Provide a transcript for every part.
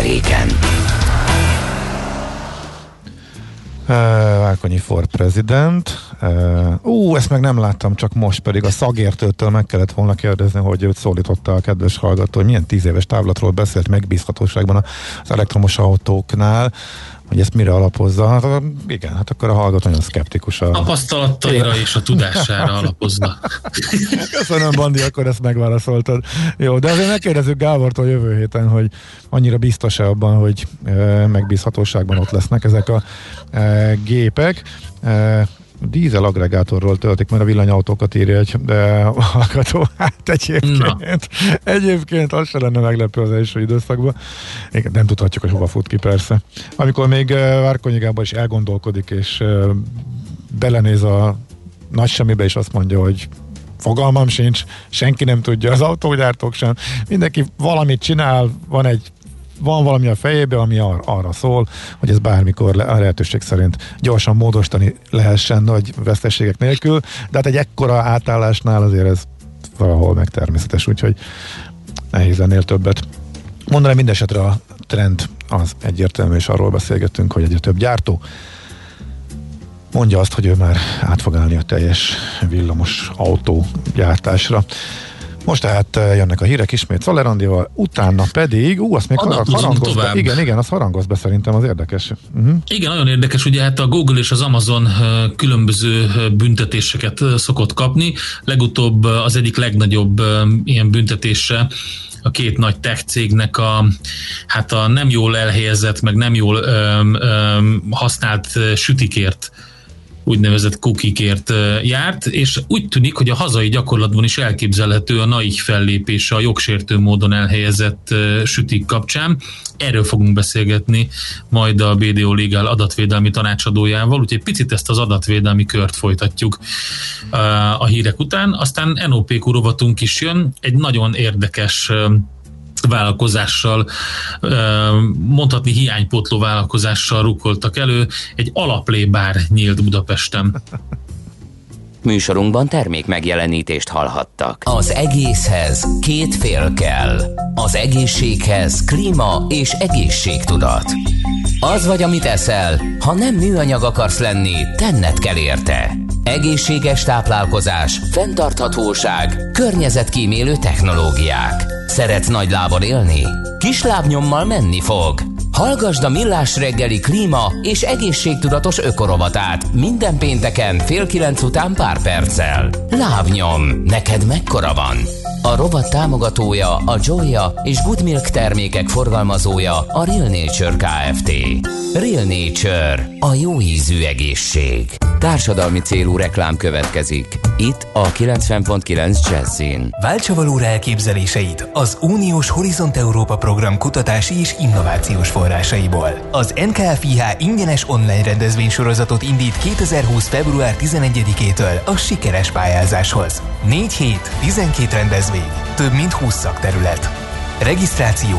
keréken. Várkonyi for president. Ezt meg nem láttam, csak most pedig a szakértőtől meg kellett volna kérdezni, hogy őt szólította a kedves hallgató, hogy milyen 10 éves távlatról beszélt megbízhatóságban az elektromos autóknál, hogy ezt mire alapozza. Hát, igen, hát akkor a hallgató nagyon szkeptikus. A tapasztalataira és a tudására alapozza. Köszönöm, Bandi, akkor ezt megválaszoltad. Jó, de azért megkérdezzük Gábortól jövő héten, hogy annyira biztos-e abban, hogy megbízhatóságban ott lesznek ezek a gépek. Dízel agregátorról töltik meg a villanyautókat, írja de a hallgató. Hát egyébként az se lenne meglepő az első időszakban. Igen, nem tudhatjuk, hogy hova fut ki, persze. Amikor még Várkonyi Gábor is elgondolkodik, és belenéz a nagy semmibe, és azt mondja, hogy fogalmam sincs, senki nem tudja, az autógyártók sem. Mindenki valamit csinál, van valami a fejében, ami arra szól, hogy ez bármikor a lehetőség szerint gyorsan módosítani lehessen nagy veszteségek nélkül, de hát egy ekkora átállásnál azért ez valahol meg természetes, úgyhogy nehéz ennél többet. Mondanám, mindesetre a trend az egyértelmű, és arról beszélgettünk, hogy egyre több gyártó mondja azt, hogy ő már át fog állni a teljes villamos autógyártásra. Most tehát jönnek a hírek ismét Szoller Andival, utána pedig, azt még harangozz be. Igen, az harangozz be, szerintem az érdekes. Igen, nagyon érdekes, ugye hát a Google és az Amazon különböző büntetéseket szokott kapni. Legutóbb az egyik legnagyobb ilyen büntetése a két nagy tech cégnek a nem jól elhelyezett, meg nem jól használt sütikért, úgynevezett kukikért járt, és úgy tűnik, hogy a hazai gyakorlatban is elképzelhető a naív fellépése a jogsértő módon elhelyezett sütik kapcsán. Erről fogunk beszélgetni majd a BDO Legal adatvédelmi tanácsadójával, úgyhogy picit ezt az adatvédelmi kört folytatjuk a hírek után. Aztán NOPQ rovatunk is jön, egy nagyon érdekes vállalkozással, mondhatni hiánypótló vállalkozással rukkoltak elő, egy alaplébár nyílt Budapesten. Műsorunkban termék megjelenítést hallhattak. Az egészhez két fél kell. Az egészséghez klíma és egészségtudat. Az vagy, amit eszel, ha nem műanyag akarsz lenni, tenned kell érte. Egészséges táplálkozás, fenntarthatóság, környezetkímélő technológiák. Szeretsz nagy lábon élni? Kis lábnyommal menni fog. Hallgasd a Millás reggeli klíma és egészségtudatos ökorovatát minden pénteken 8:30 után pár perccel. Lábnyom, neked mekkora van? A rovat támogatója a Joya és Good Milk termékek forgalmazója a Real Nature Kft. Real Nature, a jó ízű egészség. Társadalmi célú reklám következik. Itt a 90.9 Jazzin. Váltsa valóra elképzeléseit az Uniós Horizont Európa program kutatási és innovációs forrásaiból. Az NKFIH ingyenes online rendezvénysorozatot indít 2020. február 11-től a sikeres pályázáshoz. 4 hét, 12 rendezvény, több mint 20 szakterület. Regisztráció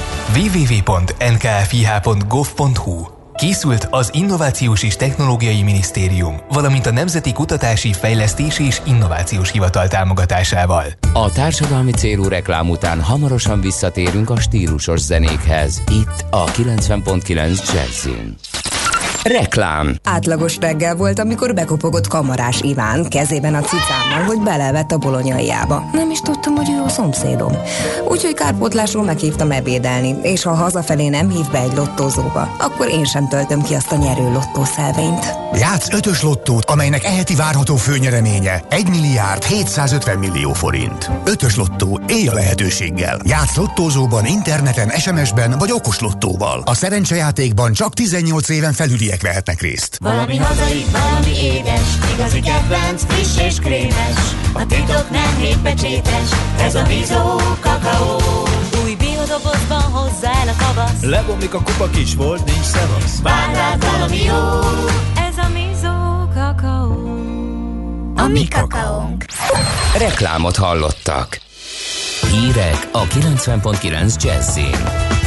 www.nkfih.gov.hu. Készült az Innovációs és Technológiai Minisztérium, valamint a Nemzeti Kutatási, Fejlesztési és Innovációs Hivatal támogatásával. A társadalmi célú reklám után hamarosan visszatérünk a stílusos zenékhez. Itt a 90.9 Jazzin. Reklám. Átlagos reggel volt, amikor bekopogott Kamarás Iván kezében a cicámmal, hogy belevett a bolonyaiába. Nem is tudtam, hogy ő a szomszédom. Úgyhogy kárpótlásról meghívtam ebédelni, és ha hazafelé nem hív be egy lottózóba, akkor én sem töltöm ki azt a nyerő lottószelvényt. Játsz 5-ös lottót, amelynek eheti várható főnyereménye 1 milliárd 750 millió forint. 5-ös lottó, élj a lehetőséggel. Játsz lottózóban, interneten, SMS-ben vagy okos lottóval. A szerencsejátékban csak 18 éven felüliek vehetnek részt. Valami hazai, valami édes, igazi kedvenc, friss és krémes. A titok nem hétpecsétes, ez a Mizó kakaó. Új biodobozban hozzá el a kavasz. Lebomlik a kupa, kis volt, nincs szevasz. Vár rád valami jó, ez a Mizó kakaó. A mi kakaónk. Reklámot hallottak. Hírek a 90.9 Jazzin.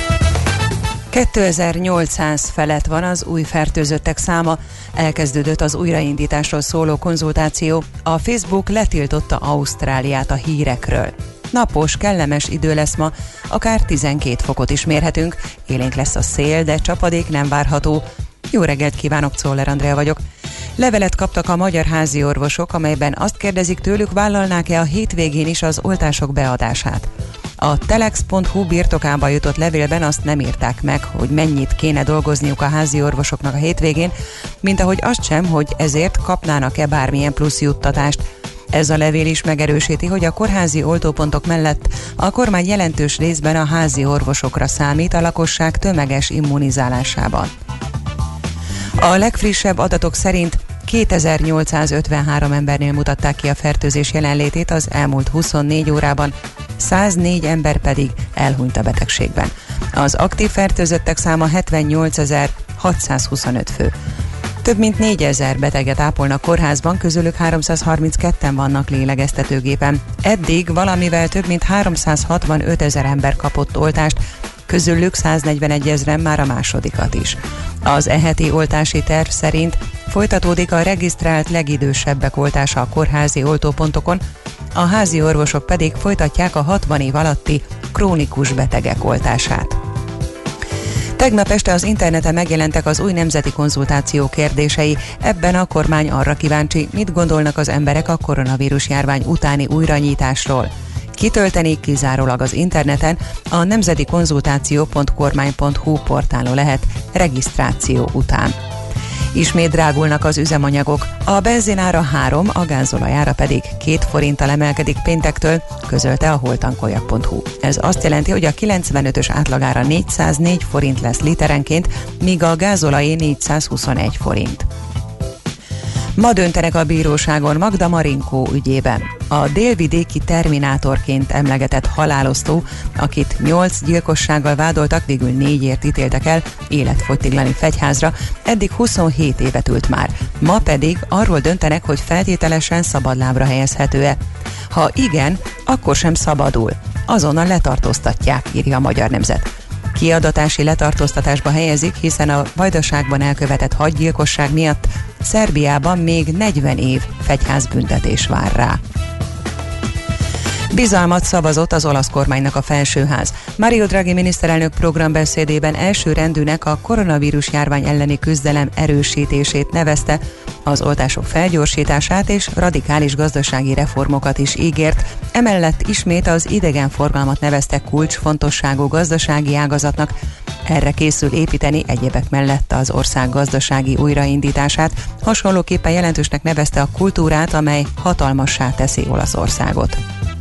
2800 felett van az új fertőzöttek száma. Elkezdődött az újraindításról szóló konzultáció. A Facebook letiltotta Ausztráliát a hírekről. Napos, kellemes idő lesz ma, akár 12 fokot is mérhetünk, élénk lesz a szél, de csapadék nem várható. Jó reggelt kívánok, Czoller Andrea vagyok. Levelet kaptak a magyar házi orvosok, amelyben azt kérdezik tőlük, vállalnák-e a hétvégén is az oltások beadását. A telex.hu birtokába jutott levélben azt nem írták meg, hogy mennyit kéne dolgozniuk a házi orvosoknak a hétvégén, mint ahogy azt sem, hogy ezért kapnának-e bármilyen plusz juttatást. Ez a levél is megerősíti, hogy a kórházi oltópontok mellett a kormány jelentős részben a házi orvosokra számít a lakosság tömeges immunizálásában. A legfrissebb adatok szerint 2853 embernél mutatták ki a fertőzés jelenlétét az elmúlt 24 órában, 104 ember pedig elhunyt a betegségben. Az aktív fertőzöttek száma 78.625 fő. Több mint 4000 beteget ápolnak kórházban, közülük 332-en vannak lélegeztetőgépen. Eddig valamivel több mint 365 000 ember kapott oltást, közülük 141 000 már a másodikat is. Az heti oltási terv szerint folytatódik a regisztrált legidősebbek oltása a kórházi oltópontokon, a házi orvosok pedig folytatják a 60 év alatti krónikus betegek oltását. Tegnap este az interneten megjelentek az új nemzeti konzultáció kérdései. Ebben a kormány arra kíváncsi, mit gondolnak az emberek a koronavírus járvány utáni újranyitásról. Kitölteni kizárólag az interneten a nemzetikonzultáció.kormány.hu portálon lehet regisztráció után. Ismét drágulnak az üzemanyagok. A benzinára 3, a gázolajára pedig 2 forinttal emelkedik péntektől, közölte a holtankoljak.hu. Ez azt jelenti, hogy a 95-ös átlagára 404 forint lesz literenként, míg a gázolajé 421 forint. Ma döntenek a bíróságon Magda Marinkó ügyében. A délvidéki terminátorként emlegetett halálosztó, akit 8 gyilkossággal vádoltak, végül 4-ért ítéltek el életfogytiglani fegyházra, eddig 27 évet ült már. Ma pedig arról döntenek, hogy feltételesen szabadlábra helyezhető-e. Ha igen, akkor sem szabadul. Azonnal letartóztatják, írja a Magyar Nemzet. Kiadatási letartóztatásba helyezik, hiszen a Vajdaságban elkövetett hadgyilkosság miatt Szerbiában még 40 év fegyházbüntetés vár rá. Bizalmat szavazott az olasz kormánynak a felsőház. Mario Draghi miniszterelnök programbeszédében elsőrendűnek a koronavírus járvány elleni küzdelem erősítését nevezte, az oltások felgyorsítását és radikális gazdasági reformokat is ígért, emellett ismét az idegenforgalmat nevezte kulcsfontosságú gazdasági ágazatnak. Erre készül építeni egyebek mellett az ország gazdasági újraindítását, hasonlóképpen jelentősnek nevezte a kultúrát, amely hatalmassá teszi Olaszországot.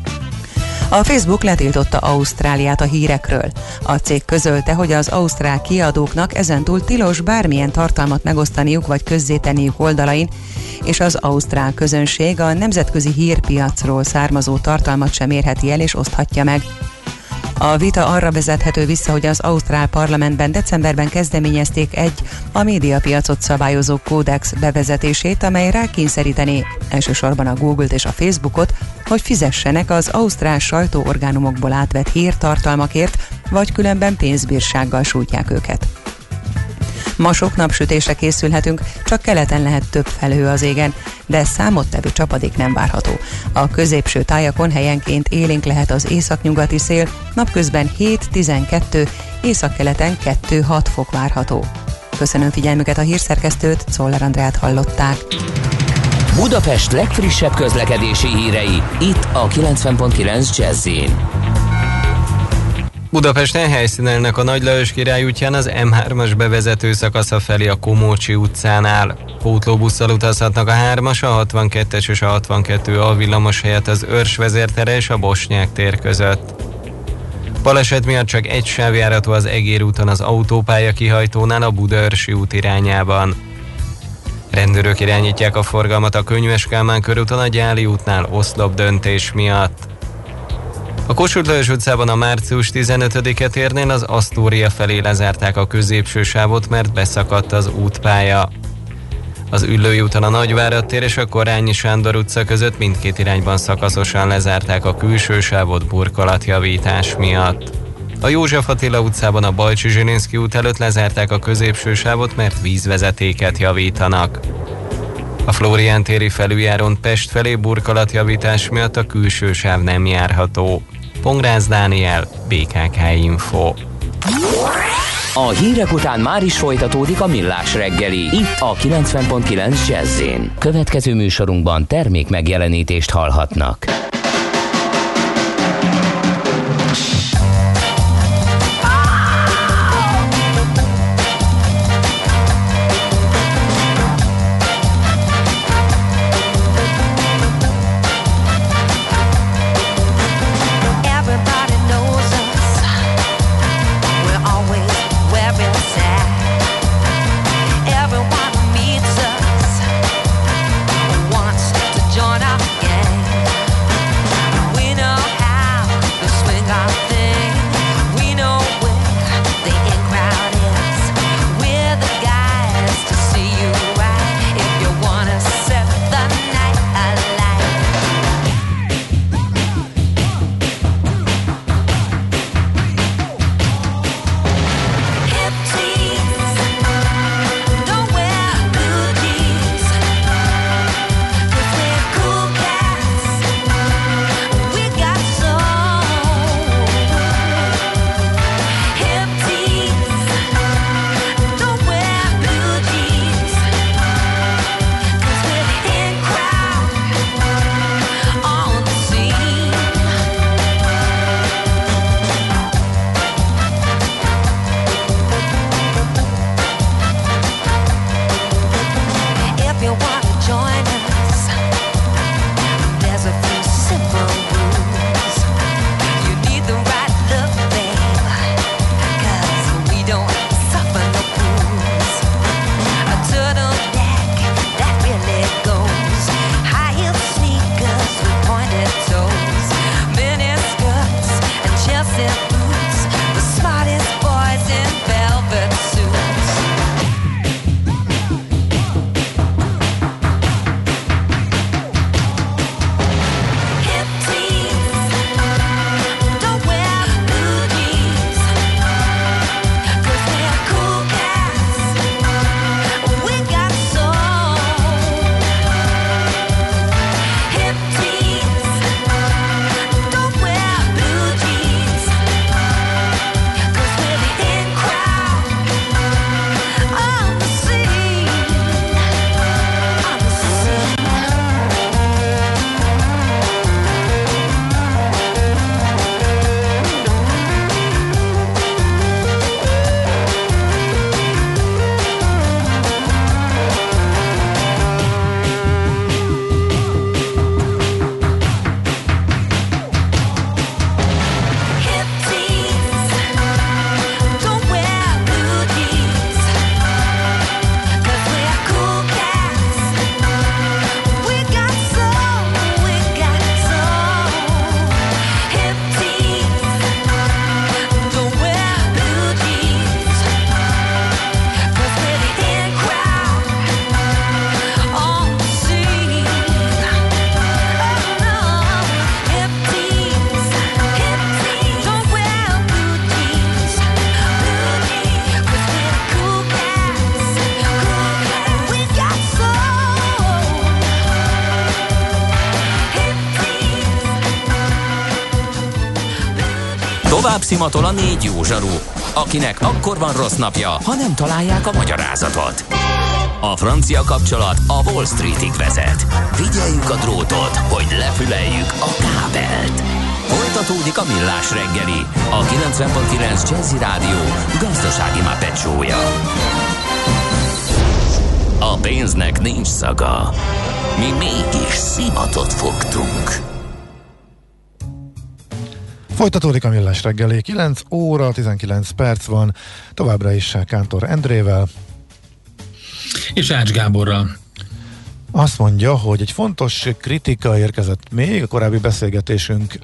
A Facebook letiltotta Ausztráliát a hírekről. A cég közölte, hogy az ausztrál kiadóknak ezentúl tilos bármilyen tartalmat megosztaniuk vagy közzétenniük oldalain, és az ausztrál közönség a nemzetközi hírpiacról származó tartalmat sem érheti el és oszthatja meg. A vita arra vezethető vissza, hogy az ausztrál parlamentben decemberben kezdeményezték a médiapiacot szabályozó kódex bevezetését, amely rákényszerítené elsősorban a Google-t és a Facebookot, hogy fizessenek az ausztrál sajtóorgánumokból átvett hírtartalmakért, vagy különben pénzbírsággal sújtják őket. Ma sok napsütésre készülhetünk, csak keleten lehet több felhő az égen, de számottevő csapadék nem várható. A középső tájakon helyenként élénk lehet az északnyugati szél, napközben 7-12, északkeleten 2-6 fok várható. Köszönöm figyelmüket, a hírszerkesztőt, Czoller Andreát hallották. Budapest legfrissebb közlekedési hírei, itt a 90.9 Jazz-in. Budapesten helyszínelnek a Nagy Lajos Király útján az M3-as bevezető szakasza felé a Komócsi utcánál. Pótlóbusszal utazhatnak a 3-as, a 62-es és a 62A villamos helyett az Őrs vezértere és a Bosnyák tér között. Baleset miatt csak egy sávjáratú az Egér úton az autópálya kihajtónál a Budaörsi út irányában. Rendőrök irányítják a forgalmat a Könyves Kálmán körúton a Gyáli útnál oszlopdöntés miatt. A Kossuth Lajos utcában a március 15-e térnél az Asztória felé lezárták a középső sávot, mert beszakadt az útpálya. Az Üllői úton a Nagyvárad tér és a Korányi Sándor utca között mindkét irányban szakaszosan lezárták a külső sávot burkolatjavítás miatt. A József Attila utcában a Bajcsi Zsilinszky út előtt lezárták a középső sávot, mert vízvezetéket javítanak. A Flórián téri felüljárón Pest felé burkolatjavítás miatt a külső sáv nem járható. Pongrász Dániel, BKK Info. A hírek után már is folytatódik a Millás reggeli, itt a 90.9 Jazz-in. Következő műsorunkban termék megjelenítést hallhatnak. Tovább szimatol a négy jó zsaru, akinek akkor van rossz napja, ha nem találják a magyarázatot. A francia kapcsolat a Wall Streetig vezet. Figyeljük a drótot, hogy lefüleljük a kábelt. Folytatódik a Millás reggeli, a 90.9 Jazzy Rádió gazdasági Muppet show-ja. A pénznek nincs szaga. Mi mégis szimatot fogtunk. Folytatódik a Millás reggeli, 9 óra, 19 perc van, továbbra is Kántor Endrével. És Ács Gáborral. Azt mondja, hogy egy fontos kritika érkezett még a korábbi beszélgetésünk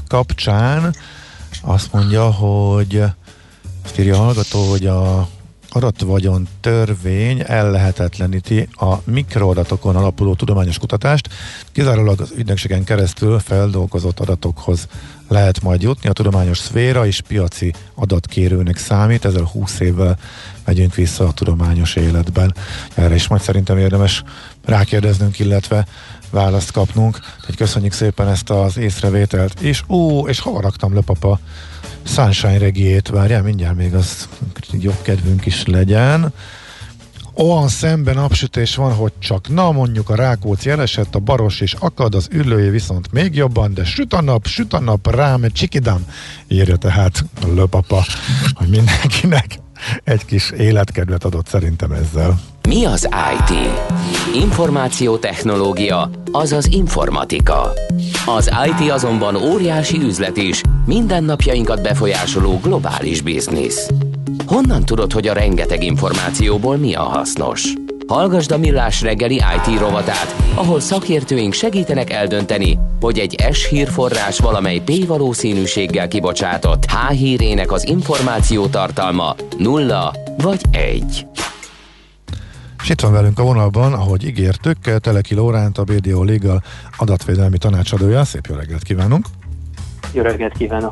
kapcsán. Azt mondja, hogy azt írja a hallgató, hogy adatvagyon törvény ellehetetleníti a mikroadatokon alapuló tudományos kutatást, kizárólag az ügynökségen keresztül feldolgozott adatokhoz lehet majd jutni, a tudományos szféra és piaci adatkérőnek számít, ezzel 20 évvel megyünk vissza a tudományos életben. Erre is majd szerintem érdemes rákérdeznünk, illetve választ kapnunk. Tehát köszönjük szépen ezt az észrevételt. És hova raktam le, papa? Sunshine regiét, várjál, mindjárt még az jobb kedvünk is legyen. Olyan szemben napsütés van, hogy csak mondjuk a Rákóczi elesett, a Baros is akad, az Üllői viszont még jobban, de süt a nap, rám egy csikidám, írja tehát a löpapa, hogy mindenkinek egy kis életkedvet adott szerintem ezzel. Mi az IT? Információtechnológia, azaz informatika. Az IT azonban óriási üzlet is, mindennapjainkat befolyásoló globális biznisz. Honnan tudod, hogy a rengeteg információból mi a hasznos? Hallgasd a Millás reggeli IT rovatát, ahol szakértőink segítenek eldönteni, hogy egy S-hírforrás valamely P-valószínűséggel kibocsátott H-hírének az információ tartalma 0 vagy 1. És itt van velünk a vonalban, ahogy ígértük, Teleki Lóránt, a BDO Legal adatvédelmi tanácsadója. Szép jó reggelt kívánunk! Jó reggelt kívánok!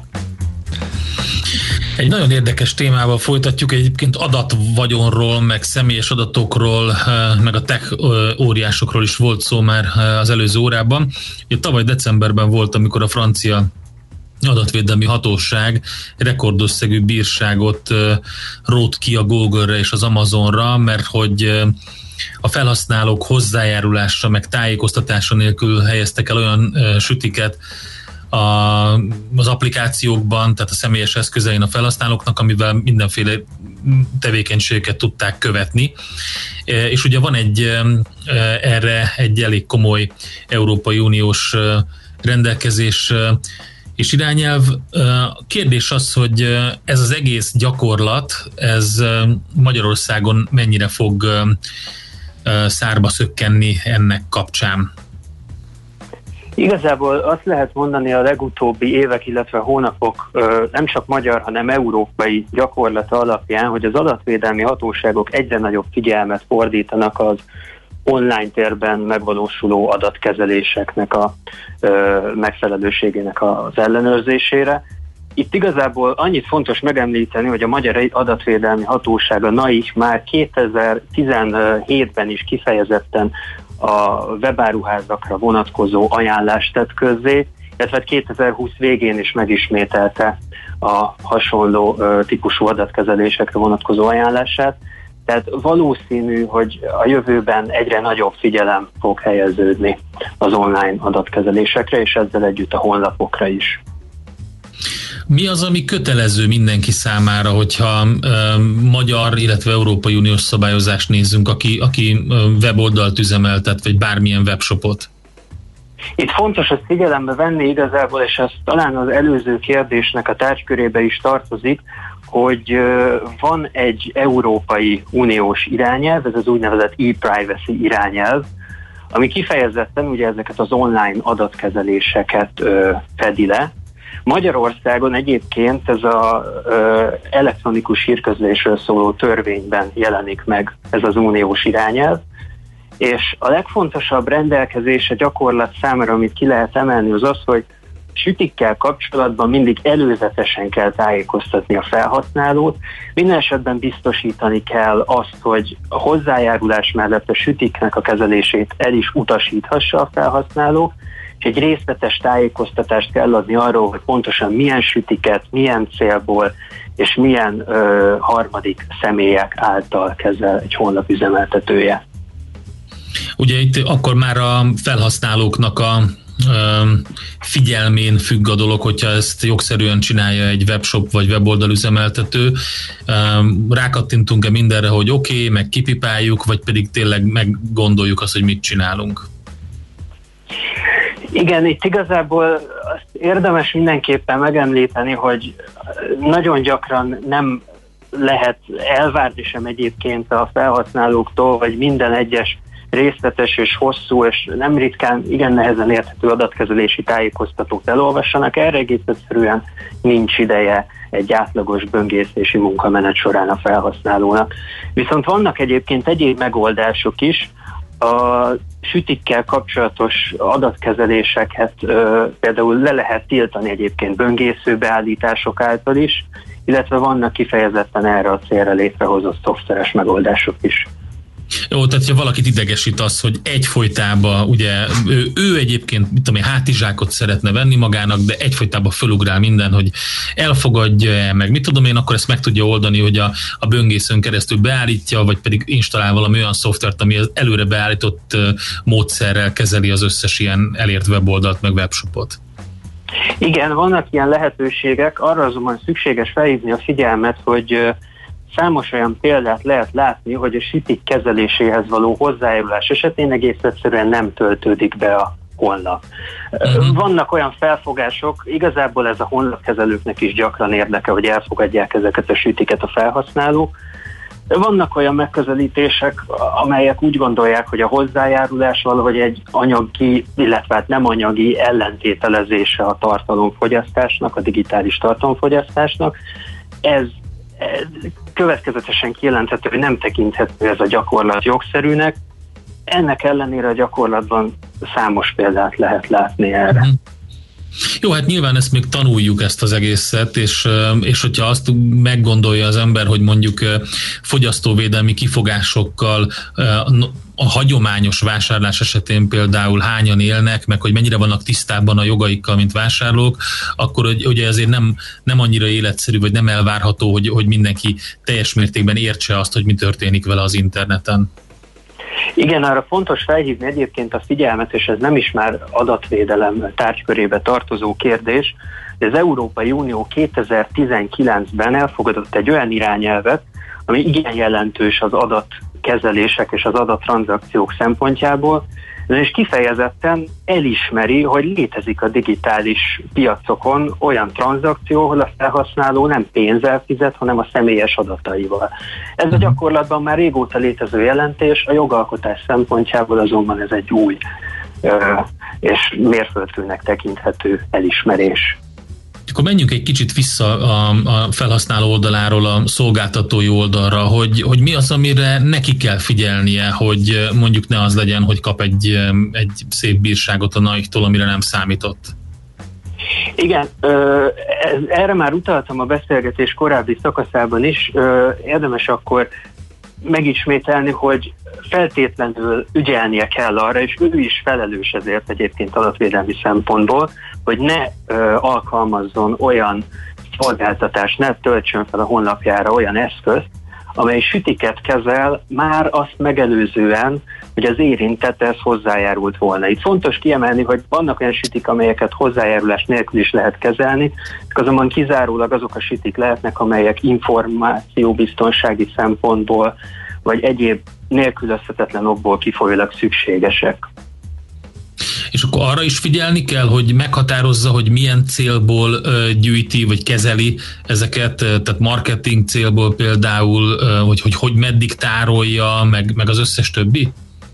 Egy nagyon érdekes témával folytatjuk, egyébként adatvagyonról, meg személyes adatokról, meg a tech óriásokról is volt szó már az előző órában. Tavaly decemberben volt, amikor a francia adatvédelmi hatóság rekordösszegű bírságot rótt ki a Google-re és az Amazonra, mert hogy a felhasználók hozzájárulása meg tájékoztatása nélkül helyeztek el olyan sütiket az applikációkban, tehát a személyes eszközein a felhasználóknak, amivel mindenféle tevékenységeket tudták követni. És ugye van erre egy elég komoly Európai Uniós rendelkezés és irányelv. Kérdés az, hogy ez az egész gyakorlat, ez Magyarországon mennyire fog szárba szökkenni ennek kapcsán? Igazából azt lehet mondani a legutóbbi évek, illetve hónapok nem csak magyar, hanem európai gyakorlata alapján, hogy az adatvédelmi hatóságok egyre nagyobb figyelmet fordítanak az online térben megvalósuló adatkezeléseknek a megfelelőségének az ellenőrzésére. Itt igazából annyit fontos megemlíteni, hogy a Magyar Adatvédelmi Hatóság, a NAIH már 2017-ben is kifejezetten a webáruházakra vonatkozó ajánlást tett közzé, illetve 2020 végén is megismételte a hasonló típusú adatkezelésekre vonatkozó ajánlását. Tehát valószínű, hogy a jövőben egyre nagyobb figyelem fog helyeződni az online adatkezelésekre, és ezzel együtt a honlapokra is. Mi az, ami kötelező mindenki számára, hogyha magyar, illetve Európai Uniós szabályozást nézzünk, aki weboldalt üzemeltet, vagy bármilyen webshopot? Itt fontos ezt figyelembe venni igazából, és ez talán az előző kérdésnek a tárgykörébe is tartozik, hogy van egy Európai Uniós irányelv, ez az úgynevezett e-privacy irányelv, ami kifejezetten ugye ezeket az online adatkezeléseket fedi le. Magyarországon egyébként ez az elektronikus hírközlésről szóló törvényben jelenik meg ez az uniós irányelv, és a legfontosabb rendelkezése gyakorlat számára, amit ki lehet emelni, az az, hogy sütikkel kapcsolatban mindig előzetesen kell tájékoztatni a felhasználót, minden esetben biztosítani kell azt, hogy a hozzájárulás mellett a sütiknek a kezelését el is utasíthassa a felhasználó, és egy részletes tájékoztatást kell adni arról, hogy pontosan milyen sütiket, milyen célból és milyen harmadik személyek által kezel egy honlap üzemeltetője. Ugye itt akkor már a felhasználóknak a figyelmén függ a dolog, hogyha ezt jogszerűen csinálja egy webshop vagy weboldal üzemeltető. Rákattintunk-e mindenre, hogy oké, meg kipipáljuk, vagy pedig tényleg meggondoljuk azt, hogy mit csinálunk? Igen, itt igazából azt érdemes mindenképpen megemlíteni, hogy nagyon gyakran nem lehet elvárni sem egyébként a felhasználóktól, hogy minden egyes részletes és hosszú, és nem ritkán igen nehezen érthető adatkezelési tájékoztatót elolvassanak, erre egész egyszerűen nincs ideje egy átlagos böngészési munkamenet során a felhasználónak. Viszont vannak egyébként egyéb megoldások is, a sütikkel kapcsolatos adatkezeléseket például le lehet tiltani egyébként böngészőbeállítások által is, illetve vannak kifejezetten erre a célra létrehozott szoftveres megoldások is. Jó, tehát ha valakit idegesít az, hogy egyfolytában ugye ő egyébként, mit tudom én, hátizsákot szeretne venni magának, de egyfolytában fölugrál minden, hogy elfogadja meg, mit tudom én, akkor ezt meg tudja oldani, hogy a böngészőn keresztül beállítja, vagy pedig installál valami olyan szoftvert, ami az előre beállított módszerrel kezeli az összes ilyen elért weboldalt, meg webshopot. Igen, vannak ilyen lehetőségek, arra azonban szükséges felhívni a figyelmet, hogy számos olyan példát lehet látni, hogy a sütik kezeléséhez való hozzájárulás esetén egész egyszerűen nem töltődik be a honlap. Vannak olyan felfogások, igazából ez a honlapkezelőknek is gyakran érdeke, hogy elfogadják ezeket a sütiket a felhasználók. Vannak olyan megközelítések, amelyek úgy gondolják, hogy a hozzájárulás valahogy egy anyagi, illetve hát nem anyagi ellentételezése a tartalomfogyasztásnak, a digitális tartalomfogyasztásnak. Ez következetesen kijelenthető, hogy nem tekinthető ez a gyakorlat jogszerűnek. Ennek ellenére a gyakorlatban számos példát lehet látni erre. Jó, hát nyilván ezt még tanuljuk, ezt az egészet, és hogyha azt meggondolja az ember, hogy mondjuk fogyasztóvédelmi kifogásokkal a hagyományos vásárlás esetén például hányan élnek, meg hogy mennyire vannak tisztában a jogaikkal, mint vásárlók, akkor ugye ezért nem annyira életszerű, vagy nem elvárható, hogy mindenki teljes mértékben értse azt, hogy mi történik vele az interneten. Igen, arra fontos felhívni egyébként a figyelmet, és ez nem is már adatvédelem tárgykörébe tartozó kérdés, de az Európai Unió 2019-ben elfogadott egy olyan irányelvet, ami igen jelentős az adatkezelések és az adattranzakciók szempontjából, és kifejezetten elismeri, hogy létezik a digitális piacokon olyan tranzakció, ahol a felhasználó nem pénzzel fizet, hanem a személyes adataival. Ez a gyakorlatban már régóta létező jelentés, a jogalkotás szempontjából azonban ez egy új és mérföldkőnek tekinthető elismerés. Akkor menjünk egy kicsit vissza a felhasználó oldaláról a szolgáltatói oldalra, hogy mi az, amire neki kell figyelnie, hogy mondjuk ne az legyen, hogy kap egy szép bírságot a NAIK-tól, amire nem számított. Igen, erre már utaltam a beszélgetés korábbi szakaszában is. Érdemes akkor megismételni, hogy feltétlenül ügyelnie kell arra, és ő is felelős ezért egyébként adatvédelmi szempontból, hogy ne alkalmazzon olyan szolgáltatást, ne töltsön fel a honlapjára olyan eszközt, amely sütiket kezel már azt megelőzően, hogy az érintett ez hozzájárult volna. Itt fontos kiemelni, hogy vannak olyan sütik, amelyeket hozzájárulás nélkül is lehet kezelni, azonban kizárólag azok a sütik lehetnek, amelyek információbiztonsági szempontból vagy egyéb nélkülözhetetlen okból kifolyólag szükségesek. És akkor arra is figyelni kell, hogy meghatározza, hogy milyen célból gyűjti, vagy kezeli ezeket, tehát marketing célból például, hogy meddig tárolja, meg az összes többi?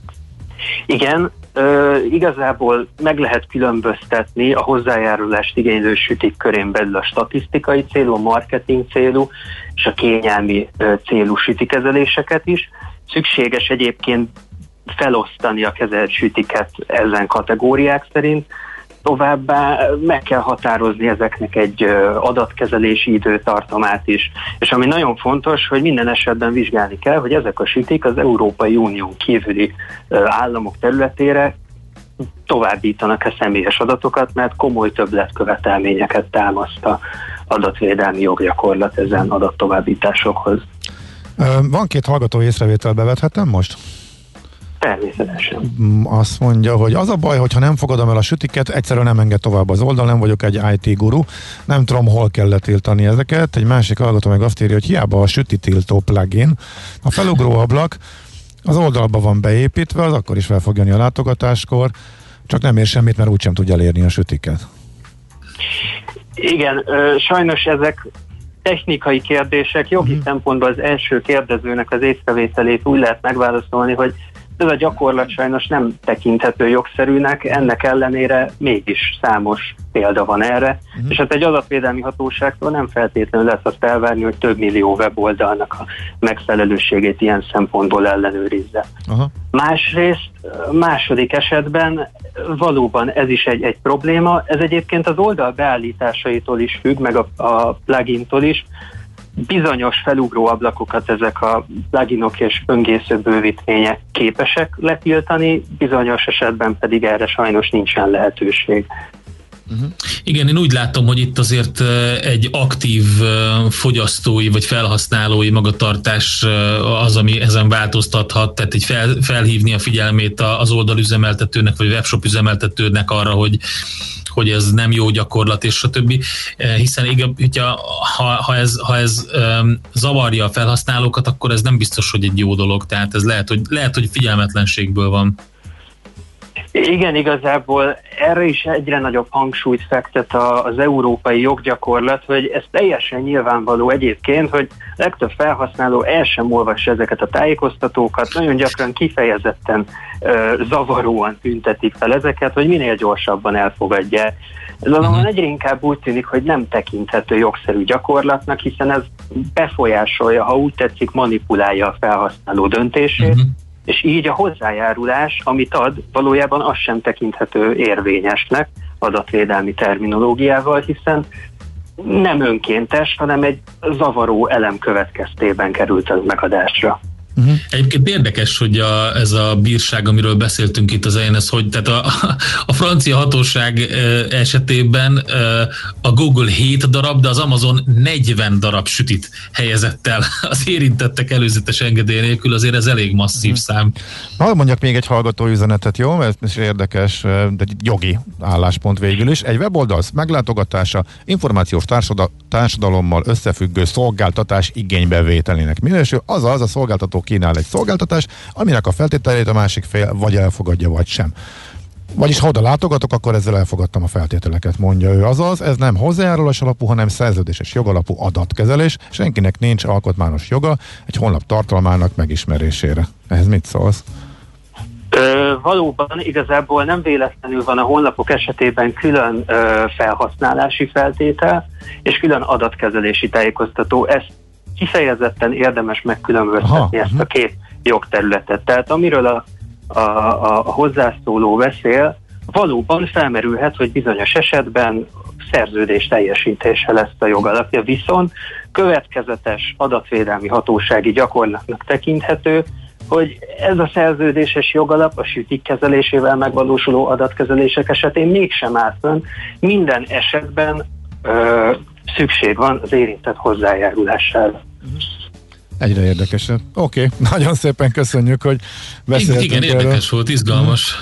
Igen, igazából meg lehet különböztetni a hozzájárulást igénylő sütik körén belül a statisztikai célú, a marketing célú és a kényelmi célú sütikezeléseket is. Szükséges egyébként felosztani a kezelt sütiket ezen kategóriák szerint, továbbá meg kell határozni ezeknek egy adatkezelési időtartamát is. És ami nagyon fontos, hogy minden esetben vizsgálni kell, hogy ezek a sütik az Európai Unión kívüli államok területére továbbítanak-e személyes adatokat, mert komoly többletkövetelményeket támaszt az adatvédelmi joggyakorlat ezen adattovábbításokhoz. Van két hallgató észrevétel, bevethetem most? Természetesen. Azt mondja, hogy az a baj, hogyha nem fogadom el a sütiket, egyszerűen nem enged tovább az oldal, nem vagyok egy IT guru, nem tudom, hol kell letiltani ezeket. Egy másik hallgató meg azt írja, hogy hiába a sütitiltó plugin, a felugró ablak az oldalba van beépítve, az akkor is fel fog jönni a látogatáskor, csak nem ér semmit, mert úgysem tudja elérni a sütiket. Igen, sajnos ezek technikai kérdések, jogi szempontból az első kérdezőnek az észrevételét úgy lehet megválaszolni, hogy Ez a gyakorlat sajnos nem tekinthető jogszerűnek, ennek ellenére mégis számos példa van erre, és hát egy adatvédelmi hatóságtól nem feltétlenül lesz azt elvárni, hogy több millió weboldalnak a megfelelőségét ilyen szempontból ellenőrizze. Másrészt, második esetben valóban ez is egy probléma, ez egyébként az oldal beállításaitól is függ, meg a plugintól is. Bizonyos felugró ablakokat ezek a pluginok és böngésző bővítmények képesek letiltani, bizonyos esetben pedig erre sajnos nincsen lehetőség. Igen, én úgy látom, hogy itt azért egy aktív fogyasztói vagy felhasználói magatartás az, ami ezen változtathat, tehát egy felhívni a figyelmét az oldalüzemeltetőnek vagy webshop üzemeltetőnek arra, hogy ez nem jó gyakorlat, és stb. Hiszen ha ez zavarja a felhasználókat, akkor ez nem biztos, hogy egy jó dolog, tehát ez lehet, hogy figyelmetlenségből van. Igen, igazából erre is egyre nagyobb hangsúlyt fektet az európai joggyakorlat, hogy ez teljesen nyilvánvaló egyébként, hogy legtöbb felhasználó el sem olvassa ezeket a tájékoztatókat, nagyon gyakran kifejezetten zavaróan tüntetik fel ezeket, hogy minél gyorsabban elfogadja. Ez azonban egyre inkább úgy tűnik, hogy nem tekinthető jogszerű gyakorlatnak, hiszen ez befolyásolja, ha úgy tetszik, manipulálja a felhasználó döntését, és így a hozzájárulás, amit ad, valójában az sem tekinthető érvényesnek adatvédelmi terminológiával, hiszen nem önkéntes, hanem egy zavaró elem következtében került az megadásra. Egyébként érdekes, hogy ez a bírság, amiről beszéltünk itt az elején, ez hogy, tehát a francia hatóság esetében a Google 7 darab, de az Amazon 40 darab sütit helyezett el az érintettek előzetes engedély nélkül, azért ez elég masszív szám. Na, mondjak még egy hallgató üzenetet, jó? Ez is érdekes, de jogi álláspont végül is. Egy weboldal meglátogatása információs társadalommal összefüggő szolgáltatás igénybevételének minősül, azaz a szolgáltató kínál egy szolgáltatást, aminek a feltételeit a másik fél vagy elfogadja, vagy sem. Vagyis ha oda látogatok, akkor ezzel elfogadtam a feltételeket, mondja ő. Azaz, ez nem hozzájárulás alapú, hanem szerződéses jogalapú adatkezelés, senkinek nincs alkotmányos joga egy honlap tartalmának megismerésére. Ehhez mit szólsz? Valóban igazából nem véletlenül van a honlapok esetében külön felhasználási feltétel, és külön adatkezelési tájékoztató. Ezt kifejezetten érdemes megkülönböztetni ezt a két jogterületet. Tehát amiről a hozzászóló beszél, valóban felmerülhet, hogy bizonyos esetben szerződés teljesítése lesz a jogalapja, viszont következetes adatvédelmi hatósági gyakorlatnak tekinthető, hogy ez a szerződéses jogalap a sütik kezelésével megvalósuló adatkezelések esetén mégsem áll fönn. Minden esetben szükség van az érintett hozzájárulására. Egyre érdekesebb. Oké, nagyon szépen köszönjük, hogy beszéltünk. Igen, érdekes volt, izgalmas.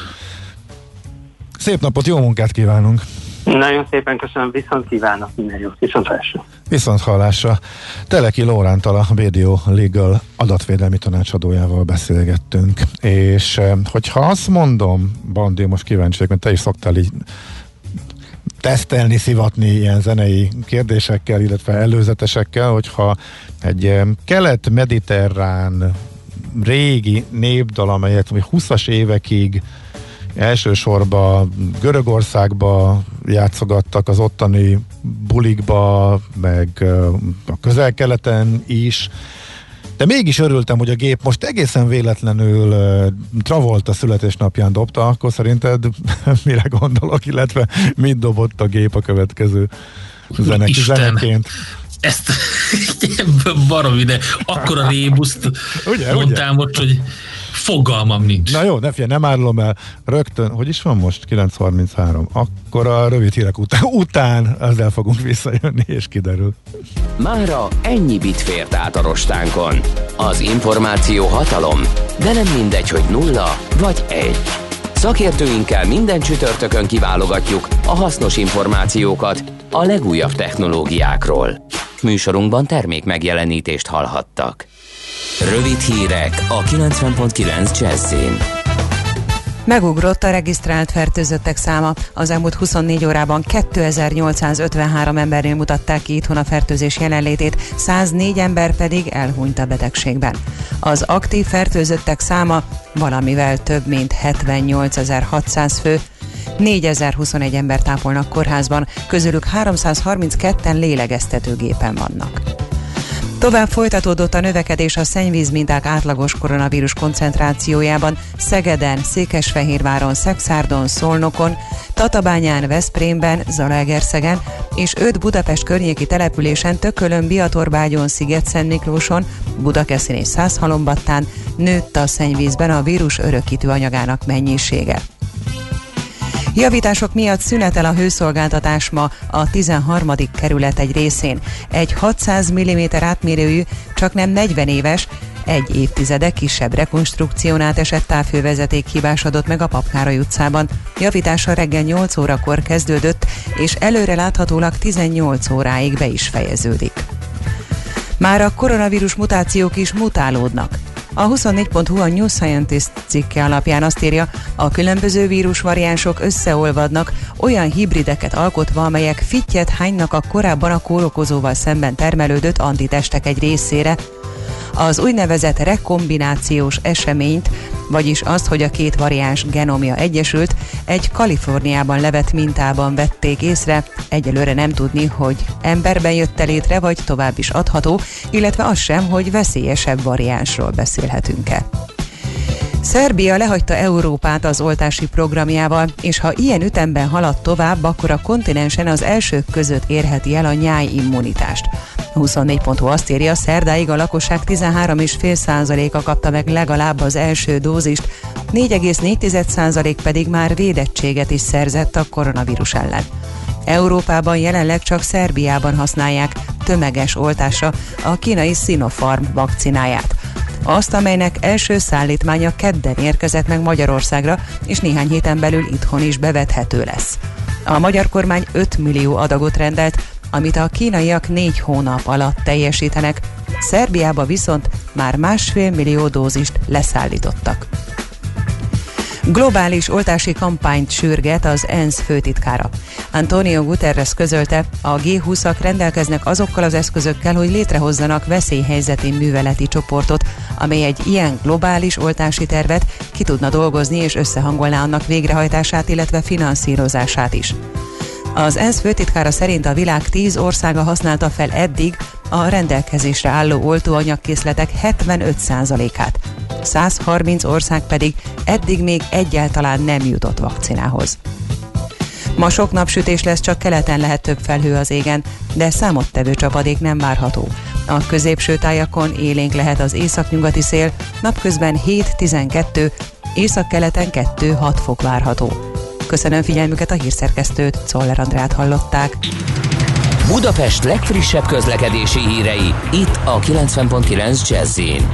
Szép napot, jó munkát kívánunk! Nagyon szépen köszönöm, viszont kívánok minden jót, viszonthallásra. Viszonthallásra. Teleki Lórántal, a BDO Legal adatvédelmi tanácsadójával beszélgettünk, és hogyha azt mondom, Bandi, most kíváncsi vagyok, mert te is szoktál így tesztelni, szivatni ilyen zenei kérdésekkel, illetve előzetesekkel, hogyha egy kelet-mediterrán régi népdal, amelyet 20-as évekig elsősorban Görögországba játszogattak, az ottani bulikba, meg a Közel-Keleten is, de mégis örültem, hogy a gép most egészen véletlenül Travolta születésnapján dobta, akkor szerinted mire gondolok, illetve mit dobott a gép a következő zeneként? Ezt baromi, de akkora rébuszt mondtál most, hogy fogalmam nincs. Na jó, nem árulom el. Rögtön, hogy is van most? 9:33. Akkor a rövid hírek után ezzel fogunk visszajönni, és kiderül. Mára ennyi bit fért át a rostánkon. Az információ hatalom, de nem mindegy, hogy 0 vagy 1. Szakértőinkkel minden csütörtökön kiválogatjuk a hasznos információkat a legújabb technológiákról. Műsorunkban termék megjelenítést hallhattak. Rövid hírek a 90.9 Jazz-in. Megugrott a regisztrált fertőzöttek száma. Az elmúlt 24 órában 2853 embernél mutatták ki itthon a fertőzés jelenlétét, 104 ember pedig elhunyt a betegségben. Az aktív fertőzöttek száma valamivel több mint 78.600 fő, 4021 ember tápolnak kórházban, közülük 332-en lélegeztetőgépen vannak. Tovább folytatódott a növekedés a szennyvízminták átlagos koronavírus koncentrációjában Szegeden, Székesfehérváron, Szekszárdon, Szolnokon, Tatabányán, Veszprémben, Zalaegerszegen és 5 Budapest környéki településen Tökölön, Biatorbágyon, Sziget-Szentmiklóson, Budakeszin és Szászhalombattán nőtt a szennyvízben a vírus örökítő anyagának mennyisége. Javítások miatt szünetel a hőszolgáltatás ma a 13. kerület egy részén. Egy 600 mm átmérőjű, csaknem 40 éves, egy évtizede kisebb rekonstrukción átesett távhővezeték hibásodott meg a Papkároly utcában. Javítása reggel 8 órakor kezdődött, és előre láthatólag 18 óráig be is fejeződik. Már a koronavírus mutációk is mutálódnak. A 24.hu a New Scientist cikke alapján azt írja, a különböző vírusvariánsok összeolvadnak, olyan hibrideket alkotva, amelyek fittyet hánynak a korábban a kórokozóval szemben termelődött antitestek egy részére. Az úgynevezett rekombinációs eseményt, vagyis azt, hogy a két variáns genomja egyesült, egy Kaliforniában levett mintában vették észre, egyelőre nem tudni, hogy emberben jött létre, vagy tovább is adható, illetve az sem, hogy veszélyesebb variánsról beszélhetünk-e. Szerbia lehagyta Európát az oltási programjával, és ha ilyen ütemben halad tovább, akkor a kontinensen az elsők között érheti el a nyájimmunitást. A 24.hu azt írja, szerdáig a lakosság 13,5%-a kapta meg legalább az első dózist, 4,4% pedig már védettséget is szerzett a koronavírus ellen. Európában jelenleg csak Szerbiában használják tömeges oltásra a kínai Sinopharm vakcináját. Azt, amelynek első szállítmánya kedden érkezett meg Magyarországra, és néhány héten belül itthon is bevethető lesz. A magyar kormány 5 millió adagot rendelt, amit a kínaiak 4 hónap alatt teljesítenek, Szerbiába viszont már 1,5 millió dózist leszállítottak. Globális oltási kampányt sürget az ENSZ főtitkára. Antonio Guterres közölte, a G20-ak rendelkeznek azokkal az eszközökkel, hogy létrehozzanak veszélyhelyzeti műveleti csoportot, amely egy ilyen globális oltási tervet ki tudna dolgozni és összehangolná annak végrehajtását, illetve finanszírozását is. Az ENSZ főtitkára szerint a világ 10 országa használta fel eddig a rendelkezésre álló oltóanyagkészletek 75%-át. 130 ország pedig eddig még egyáltalán nem jutott vakcinához. Ma sok napsütés lesz, csak keleten lehet több felhő az égen, de számottevő csapadék nem várható. A középső tájakon élénk lehet az északnyugati szél, napközben 7-12, északkeleten 2-6 fok várható. Köszönöm figyelmüket, a hírszerkesztőt, Czoller Andrát hallották. Budapest legfrissebb közlekedési hírei, itt a 90.9 Jazz-in.